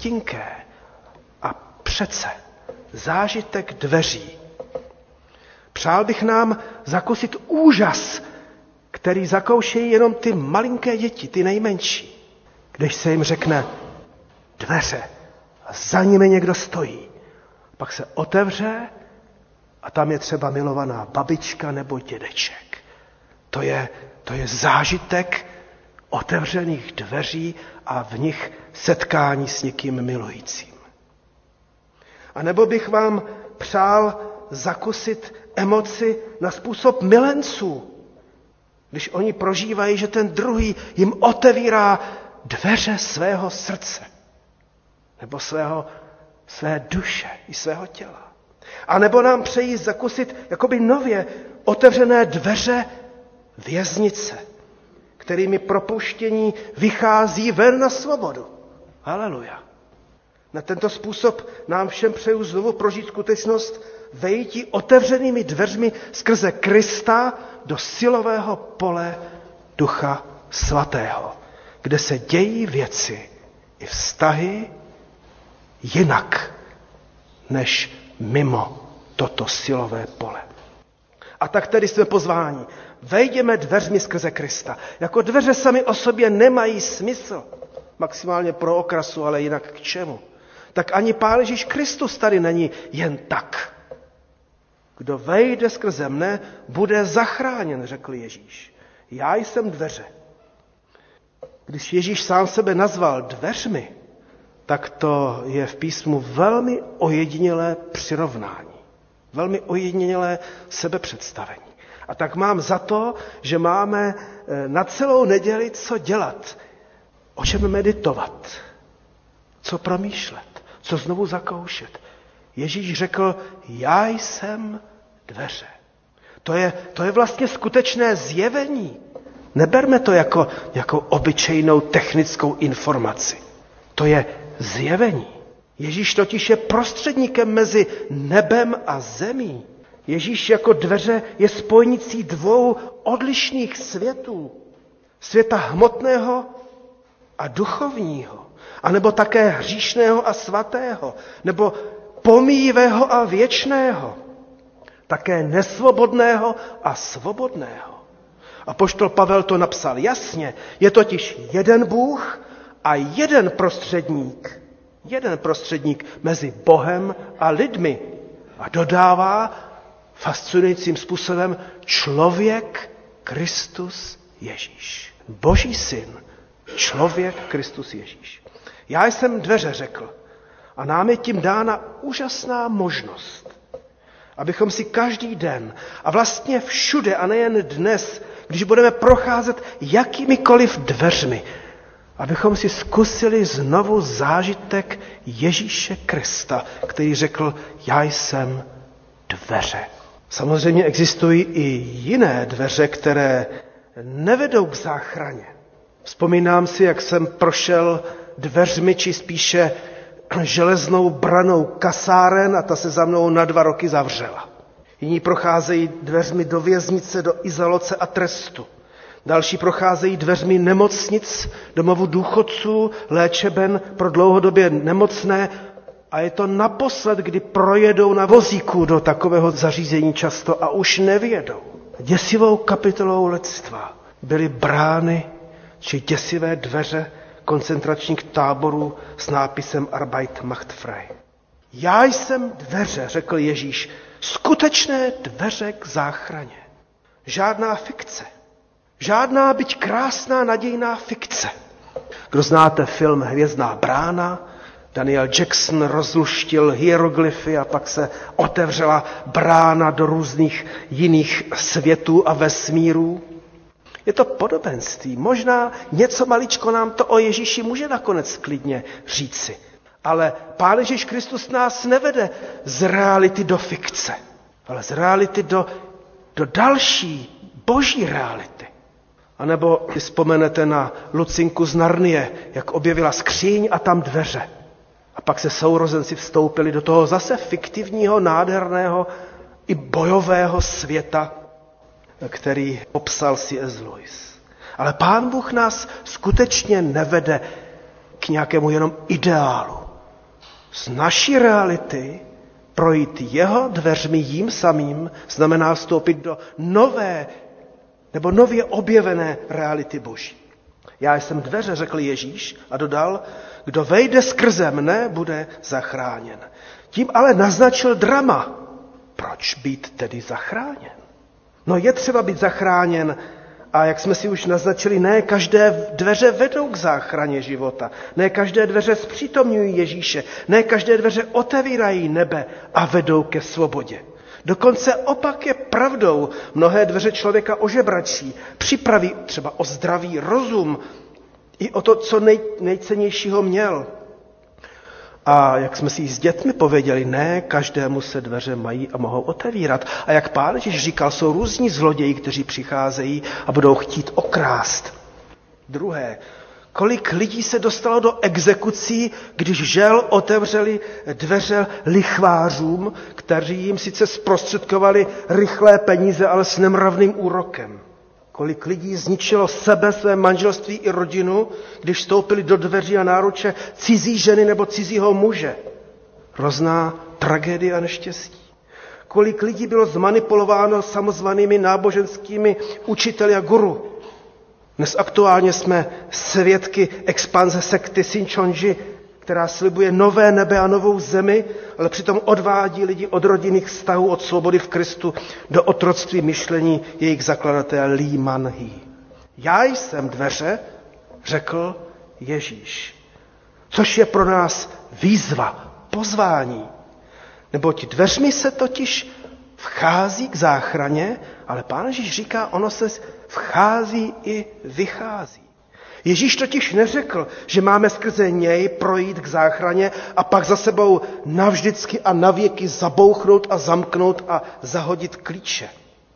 prostinké a přece zážitek dveří. Přál bych nám zakusit úžas, který zakoušejí jenom ty malinké děti, ty nejmenší. Když se jim řekne dveře a za nimi někdo stojí, pak se otevře a tam je třeba milovaná babička nebo dědeček. To je, to je zážitek otevřených dveří a v nich setkání s někým milujícím. A nebo bych vám přál zakusit emoci na způsob milenců, když oni prožívají, že ten druhý jim otevírá dveře svého srdce nebo svého, své duše i svého těla. A nebo nám přejí zakusit jakoby nově otevřené dveře věznice, kterými propuštění vychází ven na svobodu. Haleluja. Na tento způsob nám všem přeju znovu prožít skutečnost vejítí otevřenými dveřmi skrze Krista do silového pole Ducha Svatého, kde se dějí věci i vztahy jinak, než mimo toto silové pole. A tak tedy jsme pozváni. Vejdeme dveřmi skrze Krista. Jako dveře sami o sobě nemají smysl. Maximálně pro okrasu, ale jinak k čemu? Tak ani Pán Ježíš Kristus tady není jen tak. Kdo vejde skrze mne, bude zachráněn, řekl Ježíš. Já jsem dveře. Když Ježíš sám sebe nazval dveřmi, tak to je v písmu velmi ojedinělé přirovnání. Velmi ojedinělé sebepředstavení. A tak mám za to, že máme na celou neděli co dělat, o čem meditovat, co promýšlet, co znovu zakoušet. Ježíš řekl, já jsem dveře. To je, to je vlastně skutečné zjevení. Neberme to jako nějakou obyčejnou technickou informaci. To je zjevení. Ježíš totiž je prostředníkem mezi nebem a zemí. Ježíš jako dveře je spojnicí dvou odlišných světů. Světa hmotného a duchovního. A nebo také hříšného a svatého. Nebo pomíjivého a věčného. Také nesvobodného a svobodného. Apoštol Pavel to napsal jasně. Je totiž jeden Bůh a jeden prostředník. Jeden prostředník mezi Bohem a lidmi. A dodává fascinujícím způsobem člověk Kristus Ježíš. Boží syn, člověk Kristus Ježíš. Já jsem dveře, řekl. A nám je tím dána úžasná možnost, abychom si každý den a vlastně všude a nejen dnes, když budeme procházet jakýmikoliv dveřmi, abychom si zkusili znovu zážitek Ježíše Krista, který řekl, já jsem dveře. Samozřejmě existují i jiné dveře, které nevedou k záchraně. Vzpomínám si, jak jsem prošel dveřmi, či spíše železnou branou kasáren a ta se za mnou na dva roky zavřela. Jiní procházejí dveřmi do věznice, do izolace a trestu. Další procházejí dveřmi nemocnic, domovu důchodců, léčeben pro dlouhodobě nemocné a je to naposled, kdy projedou na vozíku do takového zařízení často a už nevědou. Děsivou kapitolou lidstva byly brány či děsivé dveře koncentračních táborů s nápisem Arbeit macht frei. Já jsem dveře, řekl Ježíš, skutečné dveře k záchraně. Žádná fikce. Žádná byť krásná nadějná fikce. Kdo znáte film Hvězdná brána, Daniel Jackson rozluštil hieroglyfy a pak se otevřela brána do různých jiných světů a vesmírů. Je to podobenství. Možná něco maličko nám to o Ježíši může nakonec klidně říci. Ale Pán Ježíš Kristus nás nevede z reality do fikce, ale z reality do, do další boží reality. A nebo si vzpomenete na Lucinku z Narnie, jak objevila skříň a tam dveře. A pak se sourozenci vstoupili do toho zase fiktivního, nádherného i bojového světa, který popsal C S Lewis. Ale Pán Bůh nás skutečně nevede k nějakému jenom ideálu. Z naší reality Projít jeho dveřmi jím samým znamená vstoupit do nové nebo nově objevené reality Boží. Já jsem dveře, řekl Ježíš a dodal, kdo vejde skrze mne, bude zachráněn. Tím ale naznačil drama. Proč být tedy zachráněn? No je třeba být zachráněn a jak jsme si už naznačili, ne každé dveře vedou k záchraně života. Ne každé dveře zpřítomňují Ježíše. Ne každé dveře otevírají nebe a vedou ke svobodě. Dokonce opak je pravdou. Mnohé dveře člověka ožebračí, připraví třeba o zdravý rozum i o to, co nej, nejcennějšího měl. A jak jsme si s dětmi pověděli, ne každému se dveře mají a mohou otevírat. A jak Pán Ježíš říkal, jsou různí zloději, kteří přicházejí a budou chtít okrást. Druhé, kolik lidí se dostalo do exekucí, když žel otevřeli dveře lichvářům, kteří jim sice zprostředkovali rychlé peníze, ale s nemravným úrokem. Kolik lidí zničilo sebe, své manželství i rodinu, když vstoupili do dveří a náruče cizí ženy nebo cizího muže. Hrozná tragédie a neštěstí. Kolik lidí bylo zmanipulováno samozvanými náboženskými učiteli a guru. Dnes aktuálně jsme svědky expanze sekty Sinchonji, která slibuje nové nebe a novou zemi, ale přitom odvádí lidi od rodinných vztahů, od svobody v Kristu do otroctví myšlení jejich zakladatele Lee Man-hee. Já jsem dveře, řekl Ježíš. Což je pro nás výzva, pozvání. Neboť dveřmi se totiž vchází k záchraně, ale Pán Ježíš říká, ono se vchází i vychází. Ježíš totiž neřekl, že máme skrze něj projít k záchraně a pak za sebou navždycky a navěky zabouchnout a zamknout a zahodit klíče.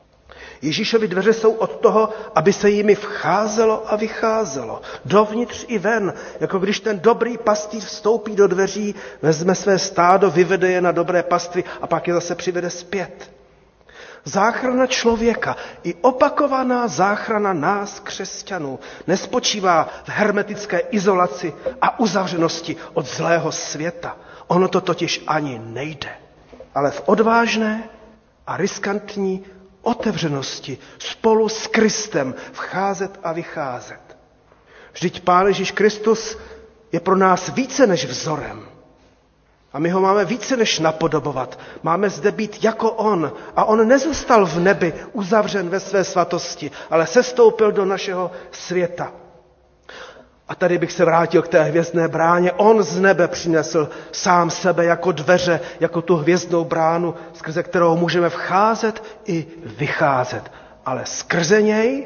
Ježíšovy dveře jsou od toho, aby se jimi vcházelo a vycházelo. Dovnitř i ven, jako když ten dobrý pastýř vstoupí do dveří, vezme své stádo, vyvede je na dobré pastvy a pak je zase přivede zpět. Záchrana člověka i opakovaná záchrana nás, křesťanů, nespočívá v hermetické izolaci a uzavřenosti od zlého světa. Ono to totiž ani nejde. Ale v odvážné a riskantní otevřenosti spolu s Kristem vcházet a vycházet. Vždyť Pán Ježíš Kristus je pro nás více než vzorem. A my ho máme více než napodobovat. Máme zde být jako on. A on nezůstal v nebi uzavřen ve své svatosti, ale sestoupil do našeho světa. A tady bych se vrátil k té hvězdné bráně. On z nebe přinesl sám sebe jako dveře, jako tu hvězdnou bránu, skrze kterou můžeme vcházet i vycházet. Ale skrze něj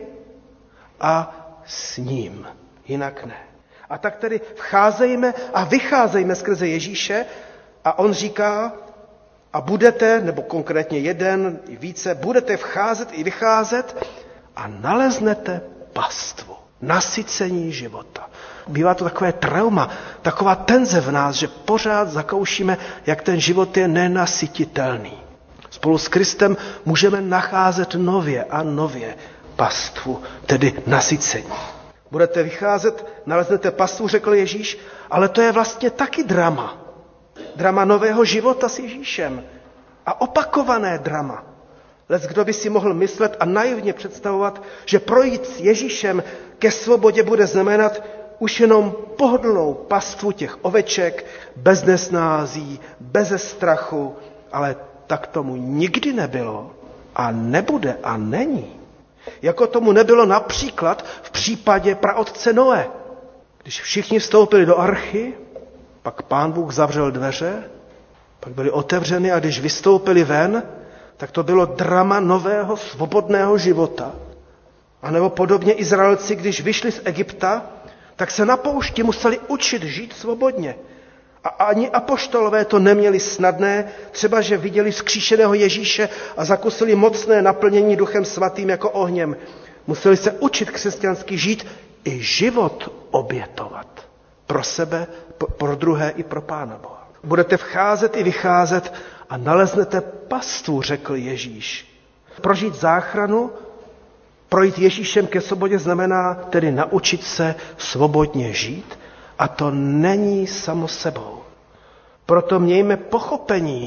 a s ním. Jinak ne. A tak tedy vcházejme a vycházejme skrze Ježíše a on říká, a budete, nebo konkrétně jeden i více, budete vcházet i vycházet a naleznete pastvu, nasycení života. Bývá to takové trauma, taková tenze v nás, že pořád zakoušíme, jak ten život je nenasytitelný. Spolu s Kristem můžeme nacházet nově a nově pastvu, tedy nasycení. Budete vycházet, naleznete pastvu, řekl Ježíš, ale to je vlastně taky drama. Drama nového života s Ježíšem. A opakované drama. Lec kdo by si mohl myslet a naivně představovat, že projít s Ježíšem ke svobodě bude znamenat už jenom pohodlnou pastvu těch oveček, bez nesnází, beze strachu, ale tak tomu nikdy nebylo a nebude a není. Jako tomu nebylo například v případě praotce Noé. Když všichni vstoupili do archy, pak Pán Bůh zavřel dveře, pak byly otevřeny a když vystoupili ven, tak to bylo drama nového svobodného života. A nebo podobně Izraelci, když vyšli z Egypta, tak se na poušti museli učit žít svobodně. A ani apoštolové to neměli snadné, třeba že viděli vzkříšeného Ježíše a zakusili mocné naplnění Duchem Svatým jako ohněm. Museli se učit křesťansky žít i život obětovat. Pro sebe, pro druhé i pro Pána Boha. Budete vcházet i vycházet a naleznete pastvu, řekl Ježíš. Prožít záchranu, projít Ježíšem ke svobodě znamená tedy naučit se svobodně žít, a to není samo sebou. Proto mějme pochopení,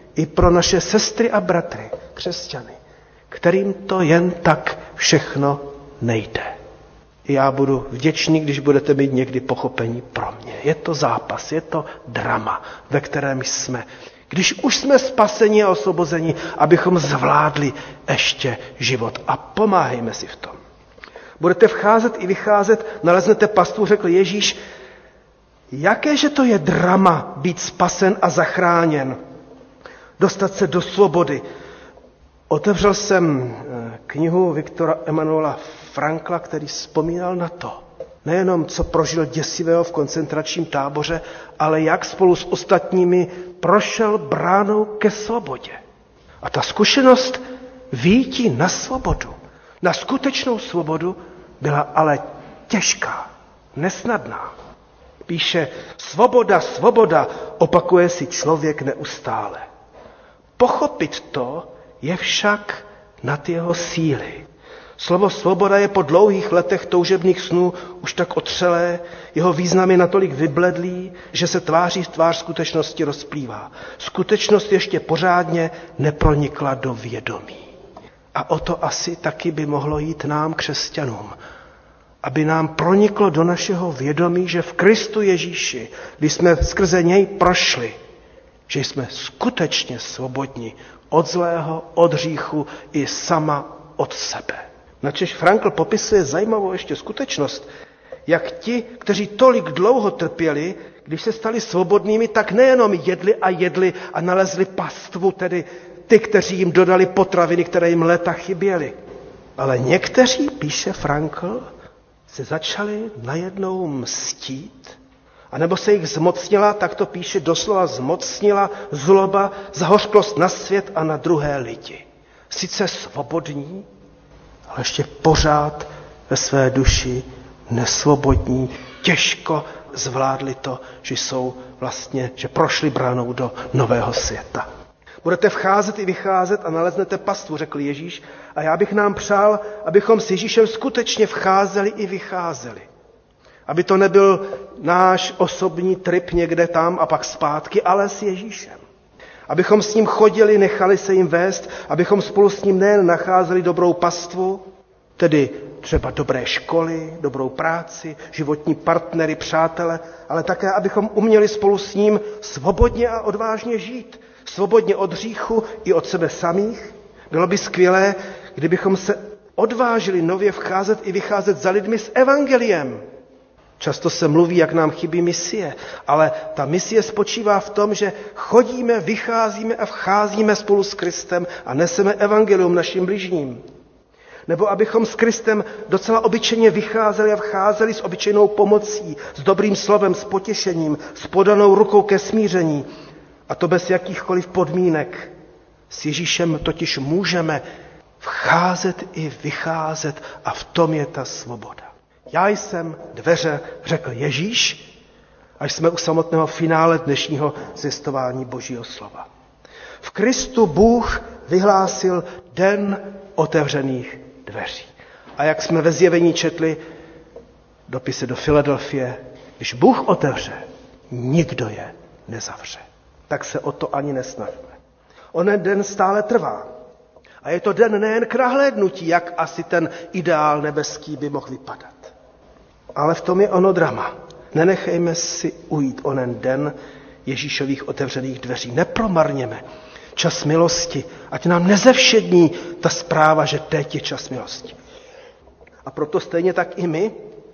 i pro naše sestry a bratry, křesťany, kterým to jen tak všechno nejde. Já budu vděčný, když budete mít někdy pochopení pro mě. Je to zápas, je to drama, ve kterém jsme. Když už jsme spaseni a osvobozeni, abychom zvládli ještě život. A pomáhejme si v tom. Budete vcházet i vycházet, naleznete pastvu, řekl Ježíš, jakéže to je drama být spasen a zachráněn, dostat se do svobody. Otevřel jsem knihu Viktora Emanuela Frankla, který vzpomínal na to, nejenom co prožil děsivého v koncentračním táboře, ale jak spolu s ostatními prošel bránou ke svobodě. A ta zkušenost výjití na svobodu, na skutečnou svobodu, byla ale těžká, nesnadná. Píše, svoboda, svoboda, opakuje si člověk neustále. Pochopit to je však nad jeho síly. Slovo svoboda je po dlouhých letech toužebných snů už tak otřelé, jeho význam je natolik vybledlý, že se tváří v tvář skutečnosti rozplývá. Skutečnost ještě pořádně nepronikla do vědomí. A o to asi taky by mohlo jít nám, křesťanům. Aby nám proniklo do našeho vědomí, že v Kristu Ježíši, když jsme skrze něj prošli, že jsme skutečně svobodní od zlého, od hříchu i sama od sebe. Načež Frankl popisuje zajímavou ještě skutečnost, jak ti, kteří tolik dlouho trpěli, když se stali svobodnými, tak nejenom jedli a jedli a nalezli pastvu, tedy ty, kteří jim dodali potraviny, které jim léta chyběly. Ale někteří, píše Frankl, se začali najednou mstít, anebo se jich zmocnila, tak to píše doslova zmocnila zloba, zahořklost na svět a na druhé lidi. Sice svobodní, ale ještě pořád ve své duši nesvobodní, těžko zvládli to, že jsou vlastně, že prošli bránou do nového světa. Budete vcházet i vycházet a naleznete pastvu, řekl Ježíš, a já bych nám přál, abychom s Ježíšem skutečně vcházeli i vycházeli. Aby to nebyl náš osobní trip někde tam a pak zpátky, ale s Ježíšem. Abychom s ním chodili, nechali se jim vést, abychom spolu s ním nejen nacházeli dobrou pastvu, tedy třeba dobré školy, dobrou práci, životní partnery, přátele, ale také, abychom uměli spolu s ním svobodně a odvážně žít. Svobodně od hříchu i od sebe samých. Bylo by skvělé, kdybychom se odvážili nově vcházet i vycházet za lidmi s evangeliem. Často se mluví, jak nám chybí misie, ale ta misie spočívá v tom, že chodíme, vycházíme a vcházíme spolu s Kristem a neseme evangelium našim bližním. Nebo abychom s Kristem docela obyčejně vycházeli a vcházeli s obyčejnou pomocí, s dobrým slovem, s potěšením, s podanou rukou ke smíření. A to bez jakýchkoliv podmínek. S Ježíšem totiž můžeme vcházet i vycházet a v tom je ta svoboda. Já jsem dveře, řekl Ježíš, až jsme u samotného finále dnešního zjistování Božího slova. V Kristu Bůh vyhlásil den otevřených dveří. A jak jsme ve Zjevení četli, dopise do Filadelfie, když Bůh otevře, nikdo je nezavře. Tak se o to ani nesnažme. Onen den stále trvá. A je to den nejen k nahlédnutí, jak asi ten ideál nebeský by mohl vypadat. Ale v tom je ono drama. Nenechejme si ujít onen den Ježíšových otevřených dveří. Nepromarněme čas milosti, ať nám nezevšední ta zpráva, že teď je čas milosti. A proto stejně tak i my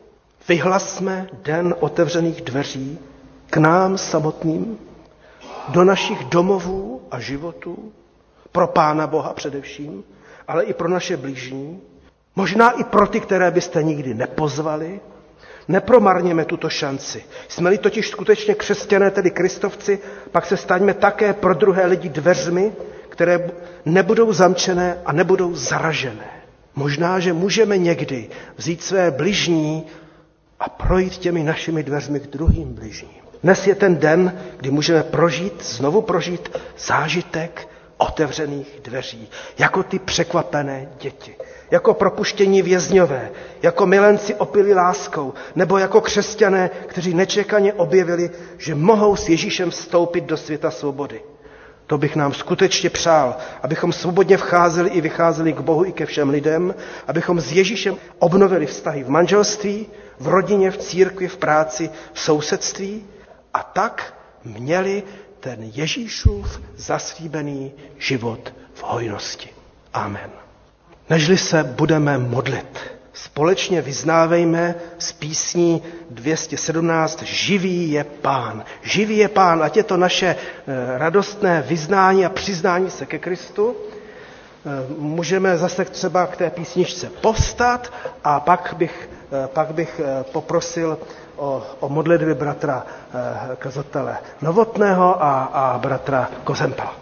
vyhlasme den otevřených dveří k nám samotným, do našich domovů a životů, pro Pána Boha především, ale i pro naše blížní, možná i pro ty, které byste nikdy nepozvali. Nepromarněme tuto šanci. Jsme-li totiž skutečně křesťané, tedy kristovci, pak se staňme také pro druhé lidi dveřmi, které nebudou zamčené a nebudou zaražené. Možná, že můžeme někdy vzít své bližní a projít těmi našimi dveřmi k druhým bližním. Dnes je ten den, kdy můžeme prožít, znovu prožít zážitek otevřených dveří, jako ty překvapené děti, jako propuštění vězňové, jako milenci opilí láskou, nebo jako křesťané, kteří nečekaně objevili, že mohou s Ježíšem vstoupit do světa svobody. To bych nám skutečně přál, abychom svobodně vcházeli i vycházeli k Bohu i ke všem lidem, abychom s Ježíšem obnovili vztahy v manželství, v rodině, v církvi, v práci, v sousedství a tak měli ten Ježíšův zaslíbený život v hojnosti. Amen. Nežli se budeme modlit, společně vyznávejme z písní dvě stě sedmnáct Živý je Pán. Živý je Pán, ať je to naše radostné vyznání a přiznání se ke Kristu. Můžeme zase třeba k té písničce povstat a pak bych, pak bych poprosil o, o modlitby bratra kazatele Novotného a, a bratra Kozempela.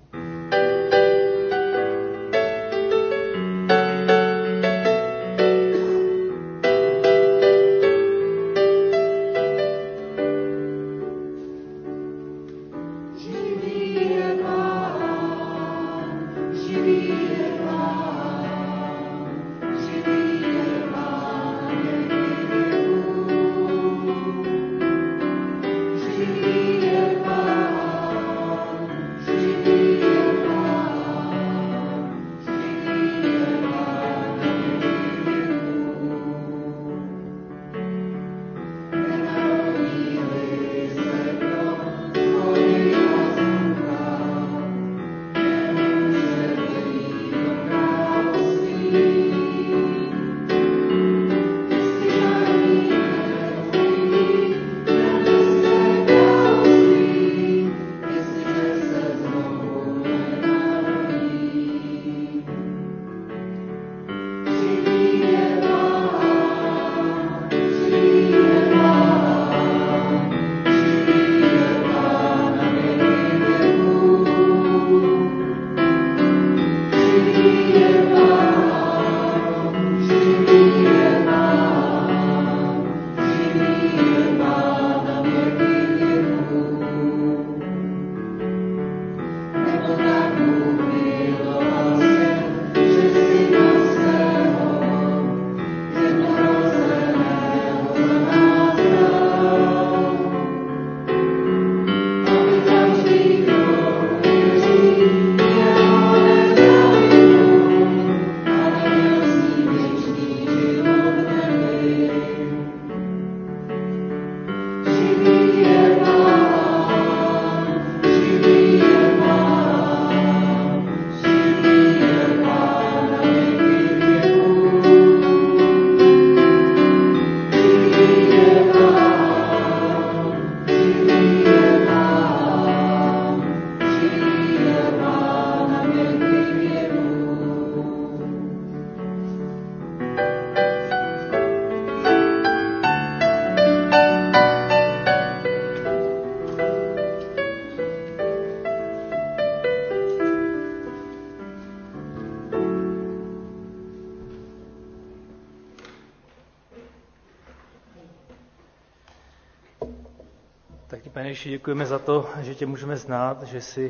Tak ti, Pane Ježíši, děkujeme za to, že tě můžeme znát, že jsi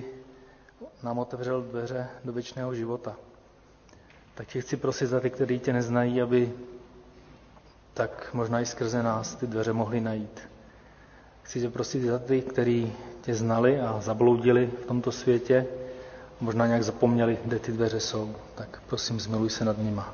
nám otevřel dveře do věčného života. Tak tě chci prosit za ty, kteří tě neznají, aby tak možná i skrze nás ty dveře mohli najít. Chci tě prosit za ty, kteří tě znali a zabloudili v tomto světě, možná nějak zapomněli, kde ty dveře jsou. Tak prosím, zmiluj se nad nima.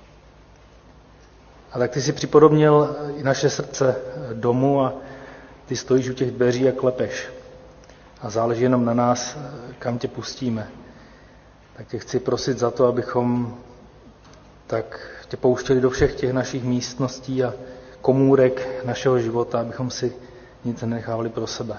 A tak ty jsi připodobnil i naše srdce domu a ty stojíš u těch dveří a klepeš. A záleží jenom na nás, kam tě pustíme. Tak tě chci prosit za to, abychom tak tě pouštěli do všech těch našich místností a komůrek našeho života, abychom si nic nenechávali pro sebe.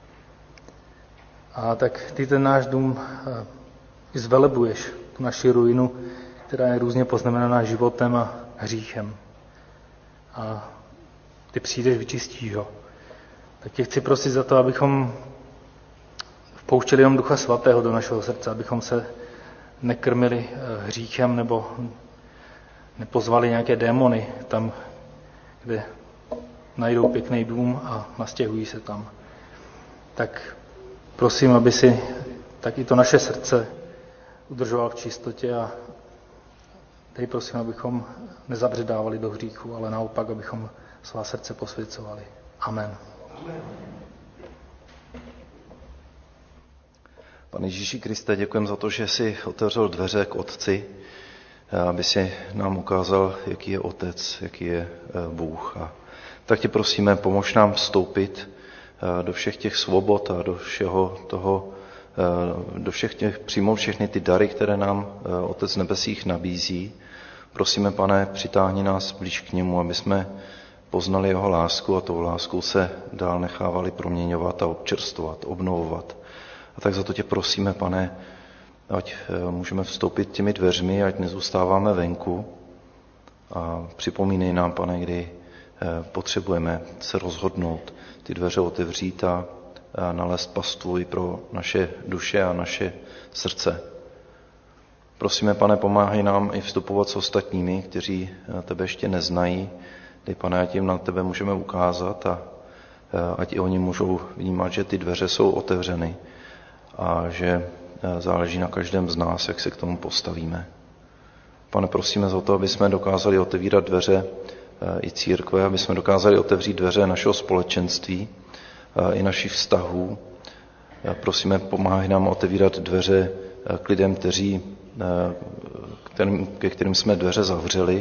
A tak ty ten náš dům i zvelebuješ, tu naši ruinu, která je různě poznamenaná životem a hříchem. A ty přijdeš, vyčistíš ho. Tak tě chci prosit za to, abychom vpouštěli jenom Ducha Svatého do našeho srdce, abychom se nekrmili hříchem nebo nepozvali nějaké démony tam, kde najdou pěkný dům a nastěhují se tam. Tak prosím, aby si tak i to naše srdce udržoval v čistotě a dej prosím, abychom nezabředávali do hříchu, ale naopak, abychom svá srdce posvěcovali. Amen. Pane Ježíši Kriste, děkujeme za to, že jsi otevřel dveře k Otci, aby si nám ukázal, jaký je Otec, jaký je Bůh. A tak tě prosíme, pomož nám vstoupit do všech těch svobod a do všeho toho, do všech těch, přijmout všechny ty dary, které nám Otec nebesích nabízí. Prosíme, Pane, přitáhni nás blíž k němu, aby jsme poznali jeho lásku a tou láskou se dál nechávali proměňovat a občerstvovat, obnovovat. A tak za to tě prosíme, Pane, ať můžeme vstoupit těmi dveřmi, ať nezůstáváme venku. A připomínej nám, Pane, kdy potřebujeme se rozhodnout, ty dveře otevřít a nalézt pastvu i pro naše duše a naše srdce. Prosíme, Pane, pomáhej nám i vstupovat s ostatními, kteří tebe ještě neznají. Dej, Pane, ať jim na tebe můžeme ukázat a ať i oni můžou vnímat, že ty dveře jsou otevřeny a že záleží na každém z nás, jak se k tomu postavíme. Pane, prosíme za to, aby jsme dokázali otevírat dveře i církve, aby jsme dokázali otevřít dveře našeho společenství i našich vztahů. Prosíme, pomáhej nám otevírat dveře k lidem, kteří, kterým, ke kterým jsme dveře zavřeli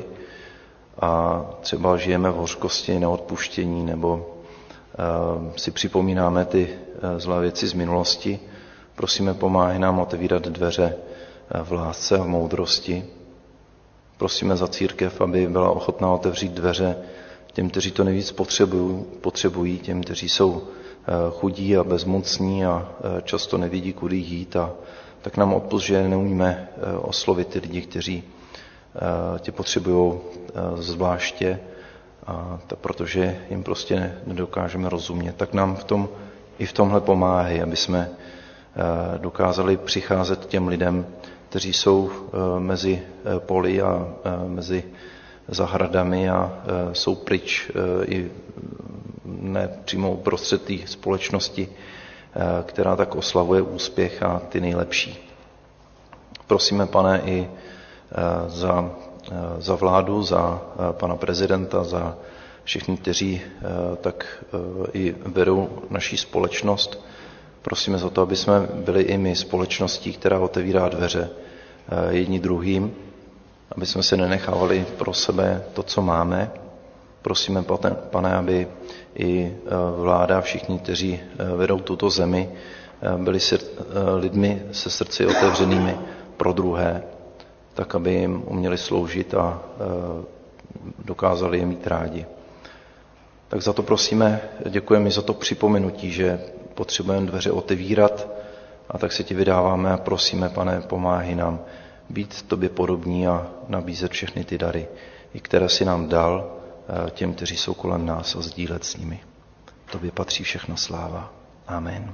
a třeba žijeme v hořkosti, neodpuštění nebo si připomínáme ty zlé věci z minulosti. Prosíme, pomáhej nám otevírat dveře v lásce a v moudrosti. Prosíme za církev, aby byla ochotná otevřít dveře těm, kteří to nejvíc potřebují, potřebují těm, kteří jsou chudí a bezmocní a často nevidí, kudy jít. A tak nám odpusť, že neumíme oslovit ty lidi, kteří tě potřebují zvláště, a to protože jim prostě nedokážeme rozumět. Tak nám v tom, i v tomhle pomáhej, aby jsme dokázali přicházet těm lidem, kteří jsou mezi poli a mezi zahradami a jsou pryč i ne přímo uprostřed té společnosti, která tak oslavuje úspěch a ty nejlepší. Prosíme, Pane, i za, za vládu, za pana prezidenta, za všichni, kteří tak i vedou naší společnost. Prosíme za to, aby jsme byli i my společností, která otevírá dveře jedni druhým, aby jsme se nenechávali pro sebe to, co máme. Prosíme, Pane, aby i vláda, všichni, kteří vedou tuto zemi, byli lidmi se srdci otevřenými pro druhé, tak aby jim uměli sloužit a dokázali je mít rádi. Tak za to prosíme, děkujeme za to připomenutí, že potřebujeme dveře otevírat, a tak se ti vydáváme a prosíme, Pane, pomáhej nám být tobě podobní a nabízet všechny ty dary, i které si nám dal těm, kteří jsou kolem nás, a sdílet s nimi. Tobě patří všechna sláva. Amen.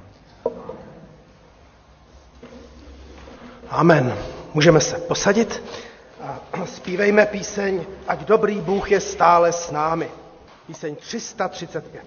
Amen. Můžeme se posadit a zpívejme píseň Ať dobrý Bůh je stále s námi. Píseň tři sta třicet pět.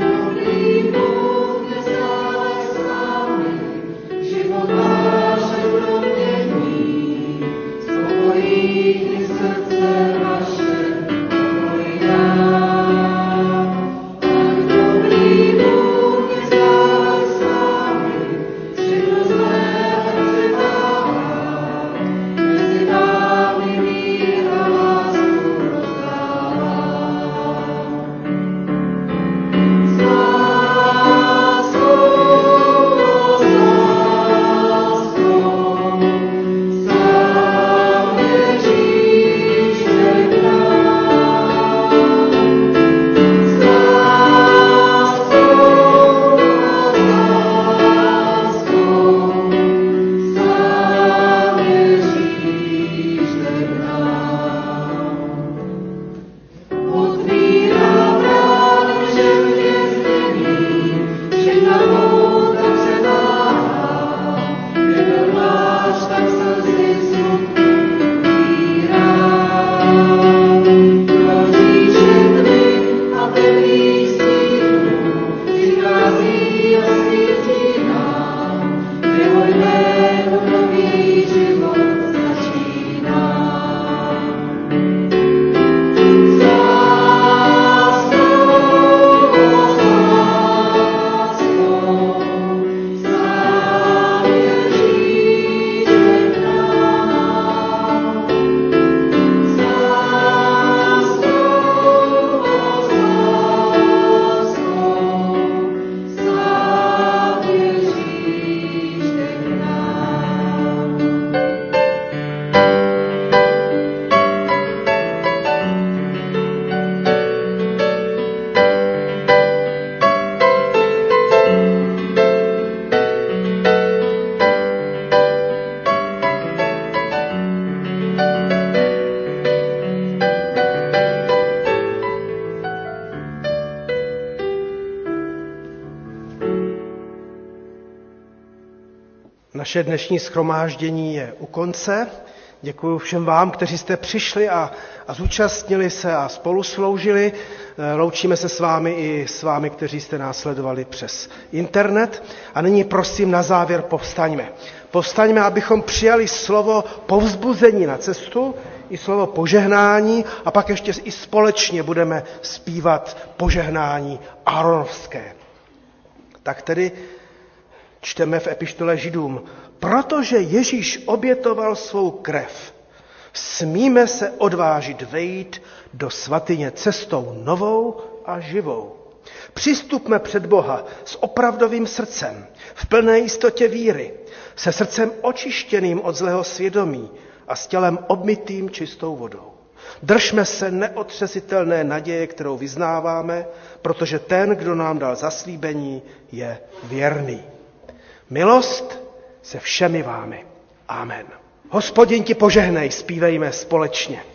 Život náš Naše dnešní shromáždění je u konce. Děkuji všem vám, kteří jste přišli a, a zúčastnili se a spolu sloužili. Loučíme se s vámi i s vámi, kteří jste nás sledovali přes internet. A nyní prosím na závěr povstaňme. Povstaňme, abychom přijali slovo povzbuzení na cestu, i slovo požehnání a pak ještě i společně budeme zpívat požehnání Áronovské. Tak tedy čteme v epištole Židům. Protože Ježíš obětoval svou krev, smíme se odvážit vejít do svatyně cestou novou a živou. Přistupme před Boha s opravdovým srdcem, v plné jistotě víry, se srdcem očištěným od zlého svědomí a s tělem obmytým čistou vodou. Držme se neotřesitelné naděje, kterou vyznáváme, protože ten, kdo nám dal zaslíbení, je věrný. Milost se všemi vámi. Amen. Hospodin ti požehnej, zpívejme společně.